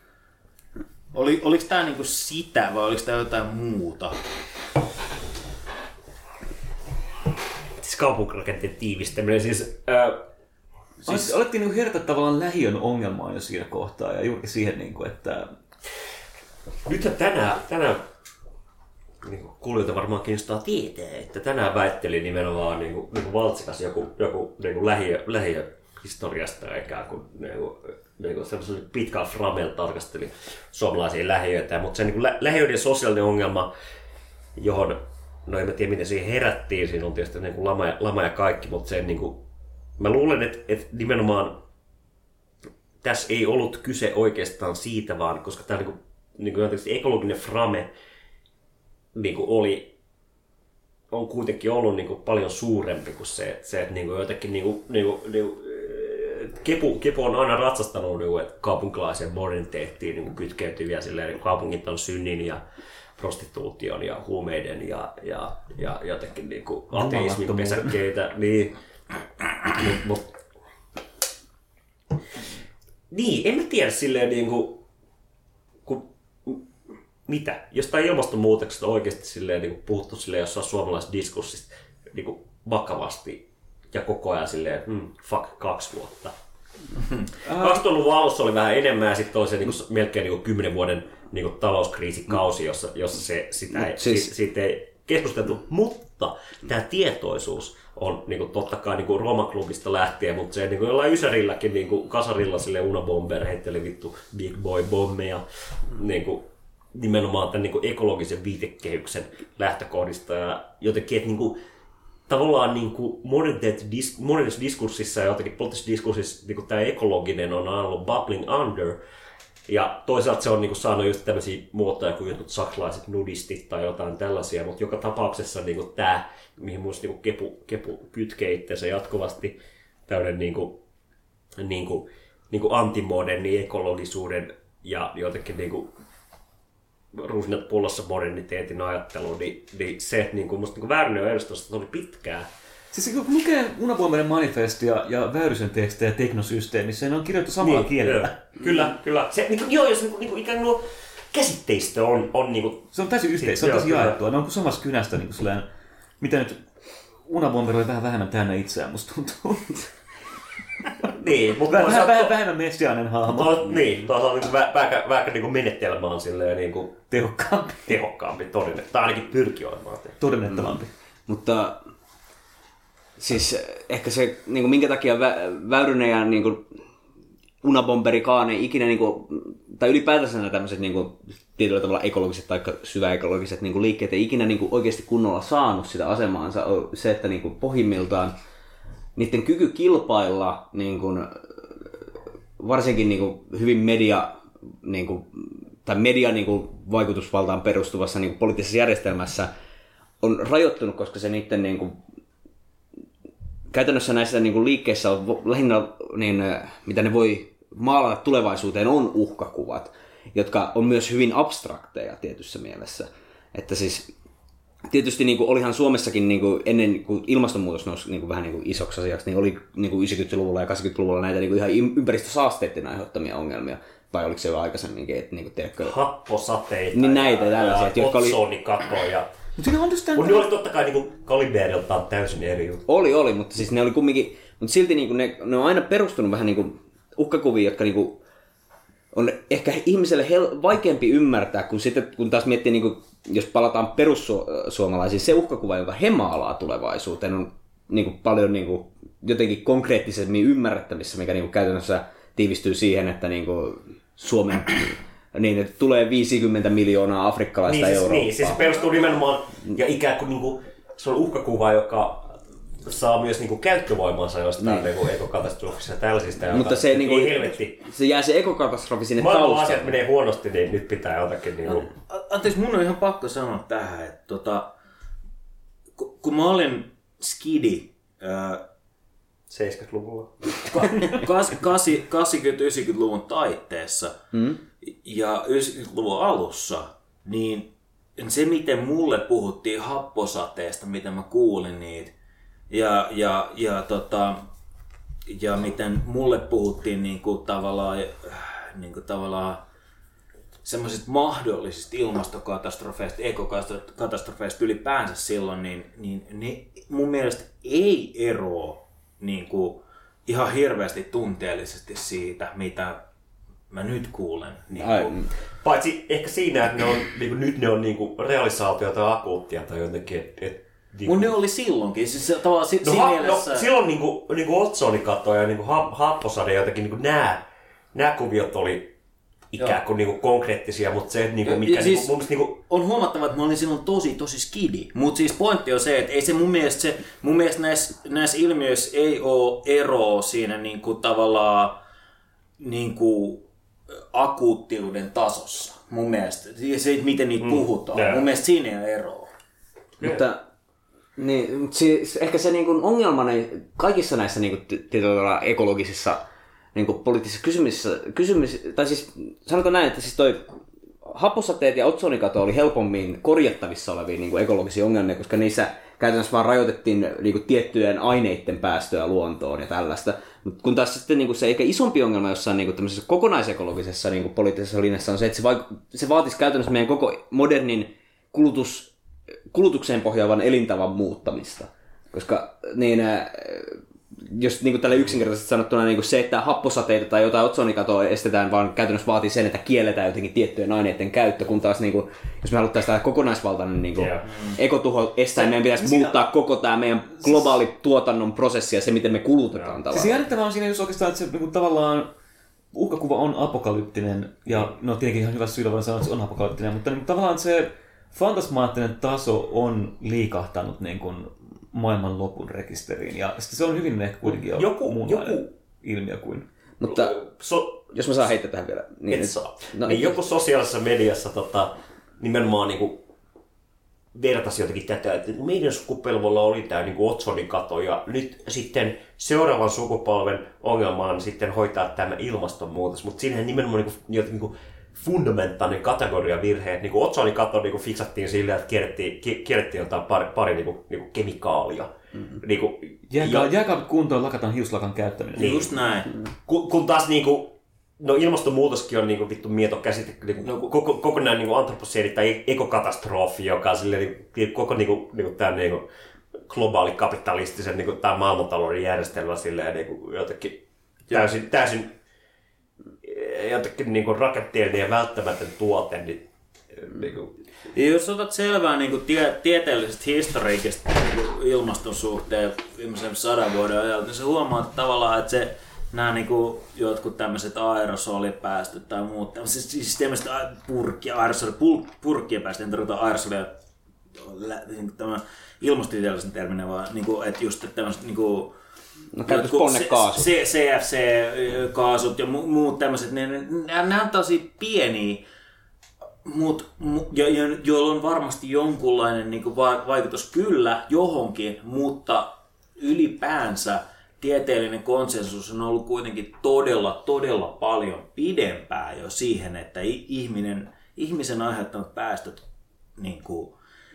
Oli, oliko tämä niin kuin sitä vai oliko tämä jotain muuta? Siis kaupunkirakenteen tiivistäminen, siis... Äh, Siis alettiin niin herätä tavallaan lähiön ongelmaa jo siinä kohtaa ja juuri siihen, niin kuin, että... Nythän tänään, tänään niin kuulijoita varmaan kiinnostaa tietää, että tänään väitteli nimenomaan niin kuin, niin kuin Valtsikas joku, joku niin kuin lähiö, lähiöhistoriasta ikään kuin, niin kuin, niin kuin sellaisella pitkällä framella tarkasteli suomalaisia lähiöitä, mutta se niin kuin lä- lähiöiden sosiaalinen ongelma, johon, no en tiedä miten siihen herättiin, siinä on tietysti niin kuin lama, ja, lama ja kaikki, mutta se niin kuin, mä luulen, että, että nimenomaan tässä ei ollut kyse oikeastaan siitä, vaan koska tämä niin kuin, niin kuin ekologinen frame niin kuin oli, on kuitenkin ollut niin kuin paljon suurempi kuin se, että, se, että niin kuin jotenkin niin kuin, niin kuin, niin kuin, kepu, kepu on aina ratsastanut niin kuin, että kaupunkilaisen moderniteettiin niin kuin kytkeytyviä silleen, niin kaupungit on synnin ja prostituution ja huumeiden ja, ja, ja jotenkin niin kuin ateismin pesäkkeitä. Niin, mut, mut. Niin, en mä tiedä silleen niin kuin, kun, mitä, jostain ilmastonmuutoksesta oikeasti silleen niin kuin puhuttu silleen jossain suomalaisessa diskurssista niin kuin vakavasti ja koko ajan silleen, että mm, fuck, kaksi vuotta. kaksituhattaluvun alussa oli vähän enemmän ja sitten oli se niin kuin, melkein niin kuin kymmenen vuoden niin kuin talouskriisikausi, jossa, jossa se, sitä ei, siis... siitä ei keskusteltu, mutta tämä tietoisuus on niin kuin, totta kai niin Roma-klubista lähtien, mutta se niin kuin jollain Ysärilläkin niin kuin kasarilla sille Unabomber heitteli vittu Big Boy bommeja niin kuin, nimenomaan tämän niin kuin ekologisen viitekehyksen lähtökohdista ja jotenkin, että niin kuin, tavallaan niin kuin modernissa diskurssissa ja jotenkin poliittisessa diskurssissa niin kuin tämä ekologinen on aina ollut bubbling under. Ja toisaalta se on niin kuin, saanut just tämmöisiä muotoja kuin jotkut saksalaiset nudistit tai jotain tällaisia, mutta joka tapauksessa niin kuin tämä, mihin minusta niin kepu, kepu kytkee itseänsä jatkuvasti, tämmöinen niin kuin, niin kuin, niin kuin antimoderni ekologisuuden ja jotenkin niin kuin, ruusinat pullossa moderniteetin ajattelu, niin, niin se, että niin kuin, musta niin Väyrynen on edustusta oli pitkään. Siis kun lukee Unavuomeiden manifestia ja Väyrysen tekstejä teknosysteemissä, ne on kirjoittu samalla niin, kielellä. Joo. Kyllä, kyllä. Se, niin kuin, joo, jos niin kuin, niin kuin, ikään kuin käsitteistö on... on niin kuin, se on täysin yhteis, se on täysin jaettua. Ne on kuin samassa kynästä, niin kuin sellainen, mitä nyt Unavuomer oli vähän vähemmän täynnä itseään, musta tuntuu. Niin, mutta vähän, vähän, vähän vähemmän messiaanen hahmo. No, niin, tuossa on niin vähän, vähän niin menetelmä on silleen niin kuin tehokkaampi. Tehokkaampi, todennäköisesti. Tai ainakin pyrkii olemaan. Todennettavampi. Mm. Mutta siis ehkä se, niin kuin, minkä takia Vä, Väyrynen ja niin kuin, Unabomberikaan ei ikinä niin kuin, tai ylipäätänsä nämä tämmöiset niin kuin, tietyllä tavalla ekologiset tai syväekologiset niin kuin liikkeet ei ikinä niin kuin, oikeasti kunnolla saanut sitä asemaansa. Se, että niin kuin, pohjimmiltaan niiden kyky kilpailla, niin kuin, varsinkin niin kuin, hyvin media, niin kuin, tai median niin kuin, vaikutusvaltaan perustuvassa niin kuin, poliittisessa järjestelmässä on rajoittunut, koska se niiden niin kuin, käytännössä näissä niin kuin, liikkeissä on lähinnä, niin, mitä ne voi maalata tulevaisuuteen, on uhkakuvat, jotka on myös hyvin abstrakteja tietyssä mielessä. Että siis tietysti niin kuin, olihan Suomessakin niin kuin, ennen kuin ilmastonmuutos nousi niin kuin, vähän niin kuin, isoksi asiaksi, niin oli niin kuin yhdeksänkymmentäluvulla ja kahdeksankymmentäluvulla näitä niin kuin, ihan ympäristösaasteiden aiheuttamia ongelmia. Vai oliko se jo aikaisemminkin, että niin kuin, tiedätkö... Happosateita niin näitä ja, tällaisia, ja jotka oli... otsonikatoja. Mutta Mut ne oli totta kai niinku kaliberiltaan täysin eri juttu. Oli, oli, mutta siis ne oli kumminkin... Mutta silti niinku ne, ne on aina perustunut vähän niinku uhkakuviin, jotka niinku on ehkä ihmiselle hel- vaikeampi ymmärtää, kun sitten kun taas miettii, niinku, jos palataan perussuomalaisiin, se uhkakuva, jonka he maalaa tulevaisuuteen, on niinku paljon niinku jotenkin konkreettisemmin ymmärrettävissä, mikä niinku käytännössä tiivistyy siihen, että niinku Suomen... Niin, että tulee viisikymmentä miljoonaa afrikkalaista niin, Eurooppaa. Niin, siis se perustuu nimenomaan, ja ikään kuin, niin kuin se on uhkakuva, joka saa myös niin kuin käyttövoimansa jostain niin. niin ekokatastrofista ja tällaisista. Mutta se, niin kuin, helvetti. Se jää se ekokatastrofi sinne taustalle. taustalle. Asiat menee huonosti, niin nyt pitää jotakin... Niin kuin... Anteeksi, mun on ihan pakko sanoa tähän, että tota, kun mä olin skidi... Ää, seitsemänkymmentäluvulla. kahdeksankymmentä-yhdeksänkymmentäluvun taitteessa mm. ja yhdeksänkymmentäluvun alussa, niin se miten mulle puhuttiin happosateesta, miten mä kuulin niitä, ja, ja, ja, tota, ja miten mulle puhuttiin niin kuin tavallaan, niin kuin tavallaan semmoisista mahdollisista ilmastokatastrofeista, ekokatastrofeista ylipäänsä silloin, niin, niin ne mun mielestä ei eroa niin kuin ihan hirveästi tunteellisesti siitä, mitä mä nyt kuulen. Niin kuin. Paitsi ehkä siinä, että ne on, niin kuin, nyt ne on niin kuin realisaatio tai akuuttia tai jotenkin. Et, et, niin Mun ne oli silloinkin. Siis, tavallaan, si- no, siinä ha- mielessä... no, silloin niin kuin, niin kuin otsonikatto ja niin kuin ha- happosade jotenkin niin kuin nämä, nämä kuviot oli ikään kuin, niin kuin konkreettisia, mutta se, niin kuin, mikä ja siis, niin kuin, mun mielestä... Niin kuin... On huomattava, että mä olin silloin tosi, tosi skidi. Mutta siis pointti on se, että ei se mun mielestä, se, mun mielestä näissä, näissä ilmiöissä ei ole eroa siinä niin kuin, tavallaan niin kuin, akuuttiuden tasossa. Mun mielestä. Se, miten niitä mm, puhutaan. Yeah. Mun mielestä siinä ei ole eroa. Yeah. Mutta niin, siis, ehkä se niin kuin, ongelma kaikissa näissä niin kuin, tietyllä ekologisissa niin kuin poliittisissa kysymyksissä, kysymys, tai siis sanotaan näin, että siis toi happosateet ja otsonikato oli helpommin korjattavissa olevia niin kuin ekologisia ongelmia, koska niissä käytännössä vaan rajoitettiin niin kuin tiettyjen aineiden päästöä luontoon ja tällaista. Mutta kun taas sitten niin kuin se eikä isompi ongelma jossain niin kuin tämmöisessä kokonaisekologisessa niin kuin poliittisessa linjassa on se, että se, vaik- se vaatisi käytännössä meidän koko modernin kulutus, kulutukseen pohjaavan elintavan muuttamista. Koska niin... Jos niin kuin tälle yksinkertaisesti sanottuna niin kuin se, että happosateita tai jotain otsonikatoa estetään, vaan käytännössä vaatii sen, että kielletään jotenkin tiettyjen aineiden käyttö, kun taas niin kuin, jos me haluttaisiin tämä kokonaisvaltainen niin kuin yeah. ekotuho estää, niin meidän pitäisi siinä... muuttaa koko tämä meidän globaali tuotannon prosessi ja se, miten me kulutetaan yeah. tavallaan. Siis jännittävää on siinä just oikeastaan, että se niin kuin, tavallaan uhkakuva on apokalyptinen, ja no tietenkin ihan hyvässä syyllä voidaan sanoa, että se on apokalyptinen, mutta niin, tavallaan se fantasmaattinen taso on liikahtanut niin kuin maailman lopun rekisteriin, ja se on hyvin ehkä kuitenkin joku, muunlainen joku... ilmiö kuin... Mutta so... jos mä saan heittää tähän vielä. Niin, et saa. No, niin joku sosiaalisessa mediassa tota, nimenomaan niinku vertasi jotenkin tätä, että meidän sukupolvella oli tämä niinku otsonikato, ja nyt sitten seuraavan sukupolven ongelma on sitten hoitaa tämä ilmastonmuutos, mutta siinähän nimenomaan niinku, niinku fundamentaalinen kategoriavirhe, että niinku otsonikato niinku fiksattiin sillä, että kierrettiin, kierrettiin jotain pari, pari niinku, niinku kemikaalia. Mm-hmm. Niinku, Jääkaa, jo... jääkaa kuntoon, lakataan hiuslakan käyttäminen. Niin. Just näin. Kun, kun taas niinku, no ilmastonmuutoskin on niinku vittu mieto käsite, niinku, no, koko, kokonaan niinku antroposeeni tai ekokatastrofi, joka on silleen, niinku, koko niinku, niinku tää niinku globaali kapitalistisen niinku tää maailmantalouden järjestelmä silleen niinku jotenkin täysin, täysin jotenkin niinku rakenteellinen ja välttämätön tuote, niin niinku... Ja jos otat selvää niin tie, tieteellisestä historiikista niin ilmaston suhteen viimeisen sadan vuoden ajalta, niin se huomaat tavallaan, että se, nämä niinku jotkut tämmöiset aerosolipäästöt tai muut, tämmöiset, siis tämmöiset purkki, aerosoli, purkkien päästöt, en tarkoita aerosolia tämän ilmastotieteellisen terminen, vaan niinku, että just että tämmöiset niinku, no käytös ponnekaasut. C F C-kaasut ja mu- muut tämmöiset, ne, ne, nämä on tosi pieniä, mut, mu, jo, jo, joilla on varmasti jonkunlainen niinku, va- vaikutus kyllä johonkin, mutta ylipäänsä tieteellinen konsensus on ollut kuitenkin todella, todella paljon pidempään jo siihen, että ihminen, ihmisen aiheuttamat päästöt niin kuin,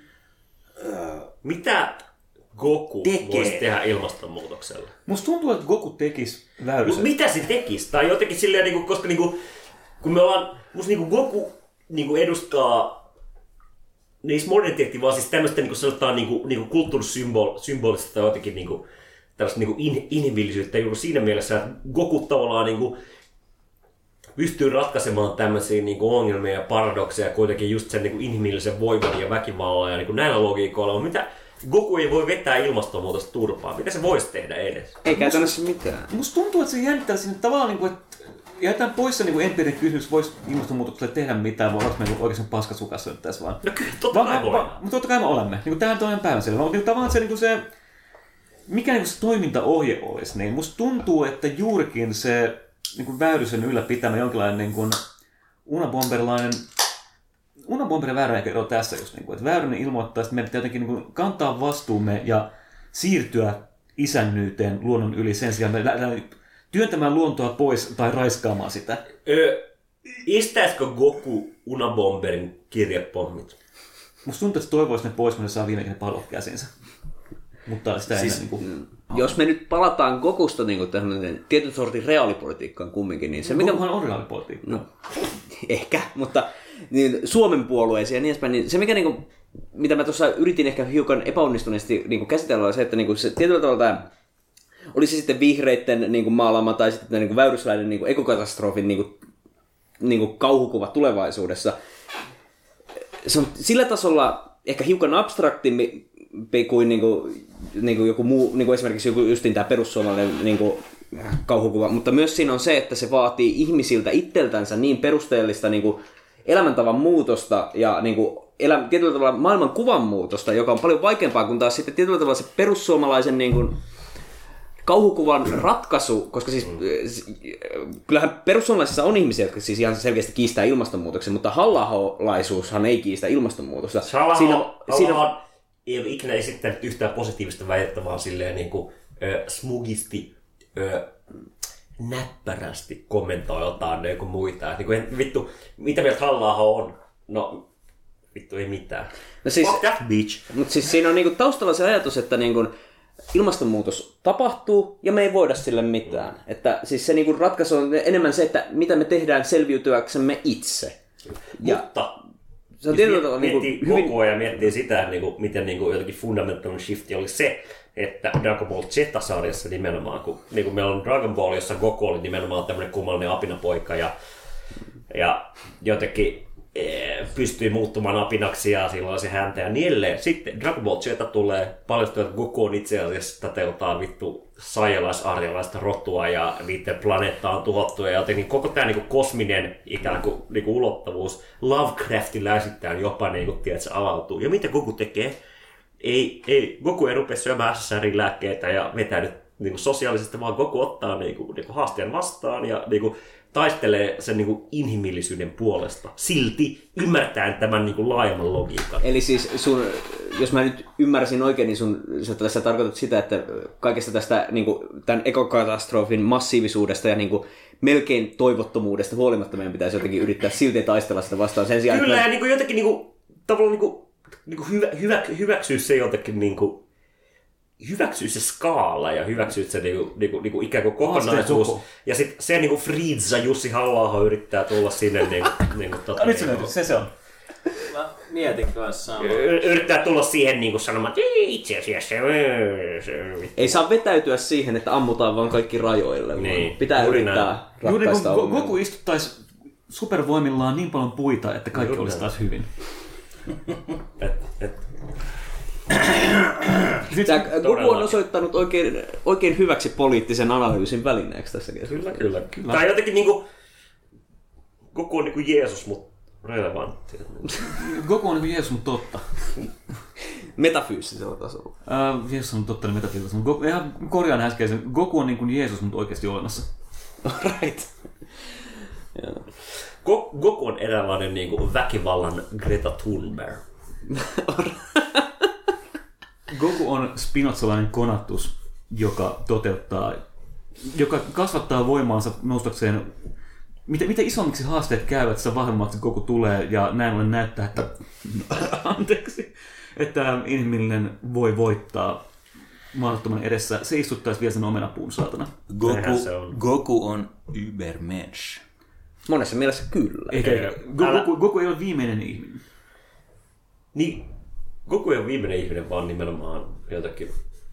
öö, mitä Goku tekee. voisi tehdä ilmastonmuutokselle? Musta tuntuu, että Goku tekisi Väyrysen. Mitä se tekisi? Tai jotenkin silleen, niin kuin, koska niin kuin, kun me ollaan, musta niin kuin Goku niin kuin edustaa niissä moderniteetti vaan siis tämmöistä niin kuin sanotaan niin kuin, niin kuin kulttuurisymbolista tai jotenkin niin kuin, tällaista niin kuin in, inhimillisyyttä juuri siinä mielessä, että Goku tavallaan niin kuin, pystyy ratkaisemaan tämmöisiä niin kuin ongelmia ja paradokseja kuitenkin just sen niin kuin inhimillisen voiman ja väkivallan ja niin kuin näillä logiikoilla. Mutta mitä Goku ei voi vetää ilmastonmuutosta turpaan? Mitä se voisi tehdä edes? Ei käytännössä mitään. Musta tuntuu, että se jännittää sinne tavallaan, niin kuin, että jätetään pois se niin empiirinen kysymys, voisi ilmastonmuutokselle tehdä mitään, vai oletko me oikeasti paskasukassa nyt tässä vaan? No kyllä, totta kai voidaan. Mutta totta kai me olemme. Niin tämä on toinen päivänselvä. Mutta niin, tavallaan se, niin se, mikä niin se toimintaohje olisi, niin musta tuntuu, että juurikin se niin Väyrysen ylläpitämä jonkinlainen niin kuin unabomberilainen, unabomberin Väyrynen ehkä ero tässä just, niin kuin, että Väyrynen ilmoittaa, että meidän pitää jotenkin niin kuin kantaa vastuumme ja siirtyä isännyyteen luonnon yli sen sijaan, me lähdetään työntämään luontoa pois tai raiskaamaan sitä. Öö, istäisikö Goku unabomberin kirjepommit? Musta tuntuu, että se toivoisi ne pois, kun ne saa viimeinkin ne palot käsinsä. Mutta sitä siis, ennen niin kuin... Jos me nyt palataan Gokusta niin tämmöinen tietyn sortin reaalipolitiikkaan kumminkin, niin se... Gokuhan mikä... on reaalipolitiikka. No, ehkä, mutta niin, Suomen puolueisiin ja niin edespäin, niin se mikä niin kuin, mitä mä tuossa yritin ehkä hiukan epäonnistuneesti niin kuin käsitellä on se, että niin kuin se tietyllä tavalla tämä... Oli se sitten vihreitten niin kuin maalaama tai sitten niin kuin väyrysläinen niin kuin ekokatastrofin niin kuin, niin kuin kauhukuva tulevaisuudessa. Se on sillä tasolla ehkä hiukan abstraktimpi kuin, niin kuin, niin kuin joku muu, niin kuin esimerkiksi joku justiin tämä perussuomalainen niin kuin kauhukuva, mutta myös siinä on se, että se vaatii ihmisiltä itseltänsä niin perusteellista niin kuin elämäntavan muutosta ja niin kuin elä, tietyllä tavalla maailman kuvan muutosta, joka on paljon vaikeampaa kuin taas sitten tietyllä tavalla se perussuomalaisen niin kuin kauhukuvan ratkaisu, koska siis kyllähän perussuomalaisissa on ihmisiä, jotka siis ihan selkeästi kiistää ilmastonmuutoksen, mutta halla-aholaisuushan ei kiistä ilmastonmuutosta. Halla-aho, siinä, Halla-aho siinä... ei ole ikinä esittänyt yhtään positiivista väitettä, vaan silleen niin kuin, ö, smugisti, ö, näppärästi kommentoi jotain niin kuin muita. Et, niin kuin, vittu, mitä mieltä Halla-aho on? No, vittu ei mitään. No siis, fuck that bitch. Mutta siis siinä on niin kuin taustalla se ajatus, että niin kuin ilmastonmuutos tapahtuu ja me ei voida sille mitään. Että siis se niinku ratkaisu on enemmän se, että mitä me tehdään selviytyäksemme itse. Ja mutta se on miettii tavalla, niinku niinku, hyvin... hyvin... ja miettii sitä, niinku, miten niinku, jotenkin fundamental shifti oli se, että Dragon Ball Z-sarjassa nimenomaan, kun niinku, meillä on Dragon Ball, jossa Goku oli nimenomaan tämmöinen kummallinen apinapoika ja, ja jotenkin pystyy muuttumaan apinaksi ja silloin se häntä ja niin edelleen. Sitten Dragon Ball Z tulee paljastua, että Goku on itse asiassa tätä vittu saijalais-arjalaista rotua ja niiden planeetta on tuhottu ja jotenkin koko tämä niinku kosminen ikään kuin niinku ulottuvuus Lovecraftin esittäen jopa niinku, tiedätkö, avautuu. Ja mitä Goku tekee? Ei, ei, Goku ei rupea syömään S S R-lääkkeitä ja vetää nyt niinku sosiaalisesti, vaan Goku ottaa niinku, niinku haastajan vastaan ja niinku, taistelee sen niin kuin inhimillisyyden puolesta, silti ymmärtäen tämän niin kuin laajemman logiikan. Eli siis sun, jos mä nyt ymmärsin oikein, niin sun, sä tässä tarkoitat sitä, että kaikesta tästä niin kuin, tämän ekokatastrofin massiivisuudesta ja niin kuin, melkein toivottomuudesta huolimatta meidän pitäisi jotenkin yrittää silti taistella sitä vastaan sen sijaan. Kyllä, että... ja niin kuin jotenkin niin kuin, tavallaan niin kuin, niin kuin hyvä, hyvä, hyväksyä se jotenkin niin kuin, hyväksyä se skaala ja hyväksyä se niinku, niinku, niinku ikään kuin kokonaisuus. Ja sitten se niinku Friedza Jussi Halla-aho yrittää tulla sinne niinku... niinku tota, nyt se niinku, se se on. Mä mietin kanssa samaa. Yrittää tulla siihen niinku sanomaan, että itse asiassa... Ei saa vetäytyä siihen, että ammutaan vaan kaikki rajoille. Niin. Pitää Juuri yrittää näin. ratkaista Juuri kun Goku istuttaisi supervoimillaan niin paljon puita, että kaikki Juuri olisi näin. taas hyvin. Et, et. Tämä Goku on osoittanut oikein, oikein hyväksi poliittisen analyysin välineeksi tässä keskustelussa. Kyllä, kyllä. kyllä. Tämä on jotenkin niinku... Goku on niinku Jeesus, mutta relevantti. Goku on niinku Jeesus, mutta totta. Metafyysisellä tasolla. Uh, Jeesus on totta, niin metafyysisellä. Goku, ihan korjaan äskeisen. Goku on niinku Jeesus, mutta oikeasti olemassa. Right. Goku on eräänlainen niinku väkivallan Greta Thunberg. Goku on spinotsalainen konattus, joka toteuttaa, joka kasvattaa voimaansa noustakseen. Mitä, mitä isommiksi haasteet käyvät, sitä vahvemmaksi Goku tulee, ja näin ollen näyttää, että anteeksi, että inhimillinen voi voittaa mahdottoman edessä. Se istuttaisi vielä sen omenapuun, saatana. Goku, on. Goku on Übermensch. Monessa mielessä kyllä. Eikä, Goku, Goku ei ole viimeinen ihminen. Niin, Goku ei ole viimeinen ihminen, vaan nimenomaan jotakin...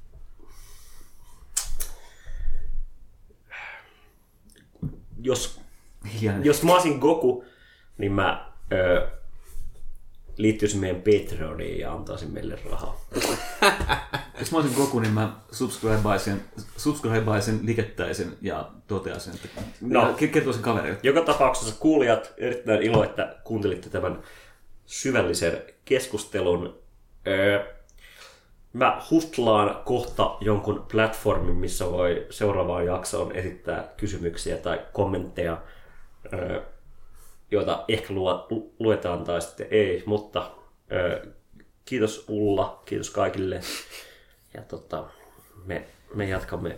Jos, jos mä olisin Goku, niin mä ö, liittyisin meidän Patreoniin ja antaisin meille rahaa. Jos mä olisin Goku, niin mä subscribaisin, subscribaisin likettäisin ja toteaisin, että no, kertoisin kavereille. Joka tapauksessa kuulijat, erittäin ilo, että kuuntelitte tämän syvällisen keskustelun. Öö, mä hustlaan kohta jonkun platformin, missä voi seuraavaan jaksoon esittää kysymyksiä tai kommentteja, öö, joita ehkä lu- luetaan tai sitten ei, mutta öö, kiitos Ulla, kiitos kaikille ja tota, me, me jatkamme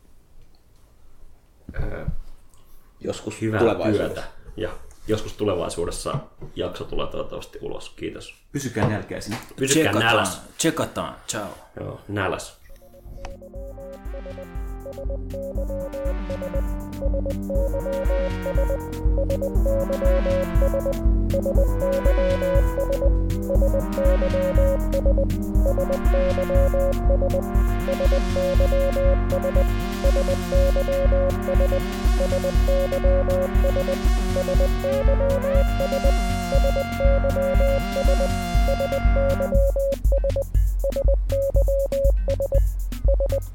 öö, joskus hyvää työtä ja joskus tulevaisuudessa jakso tulee toivottavasti ulos. Kiitos. Pysykää nälkäisinä. Pysykää näläs. Tsekataan. Ciao. Joo, näläs.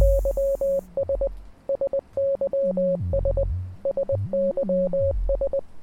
Thank you.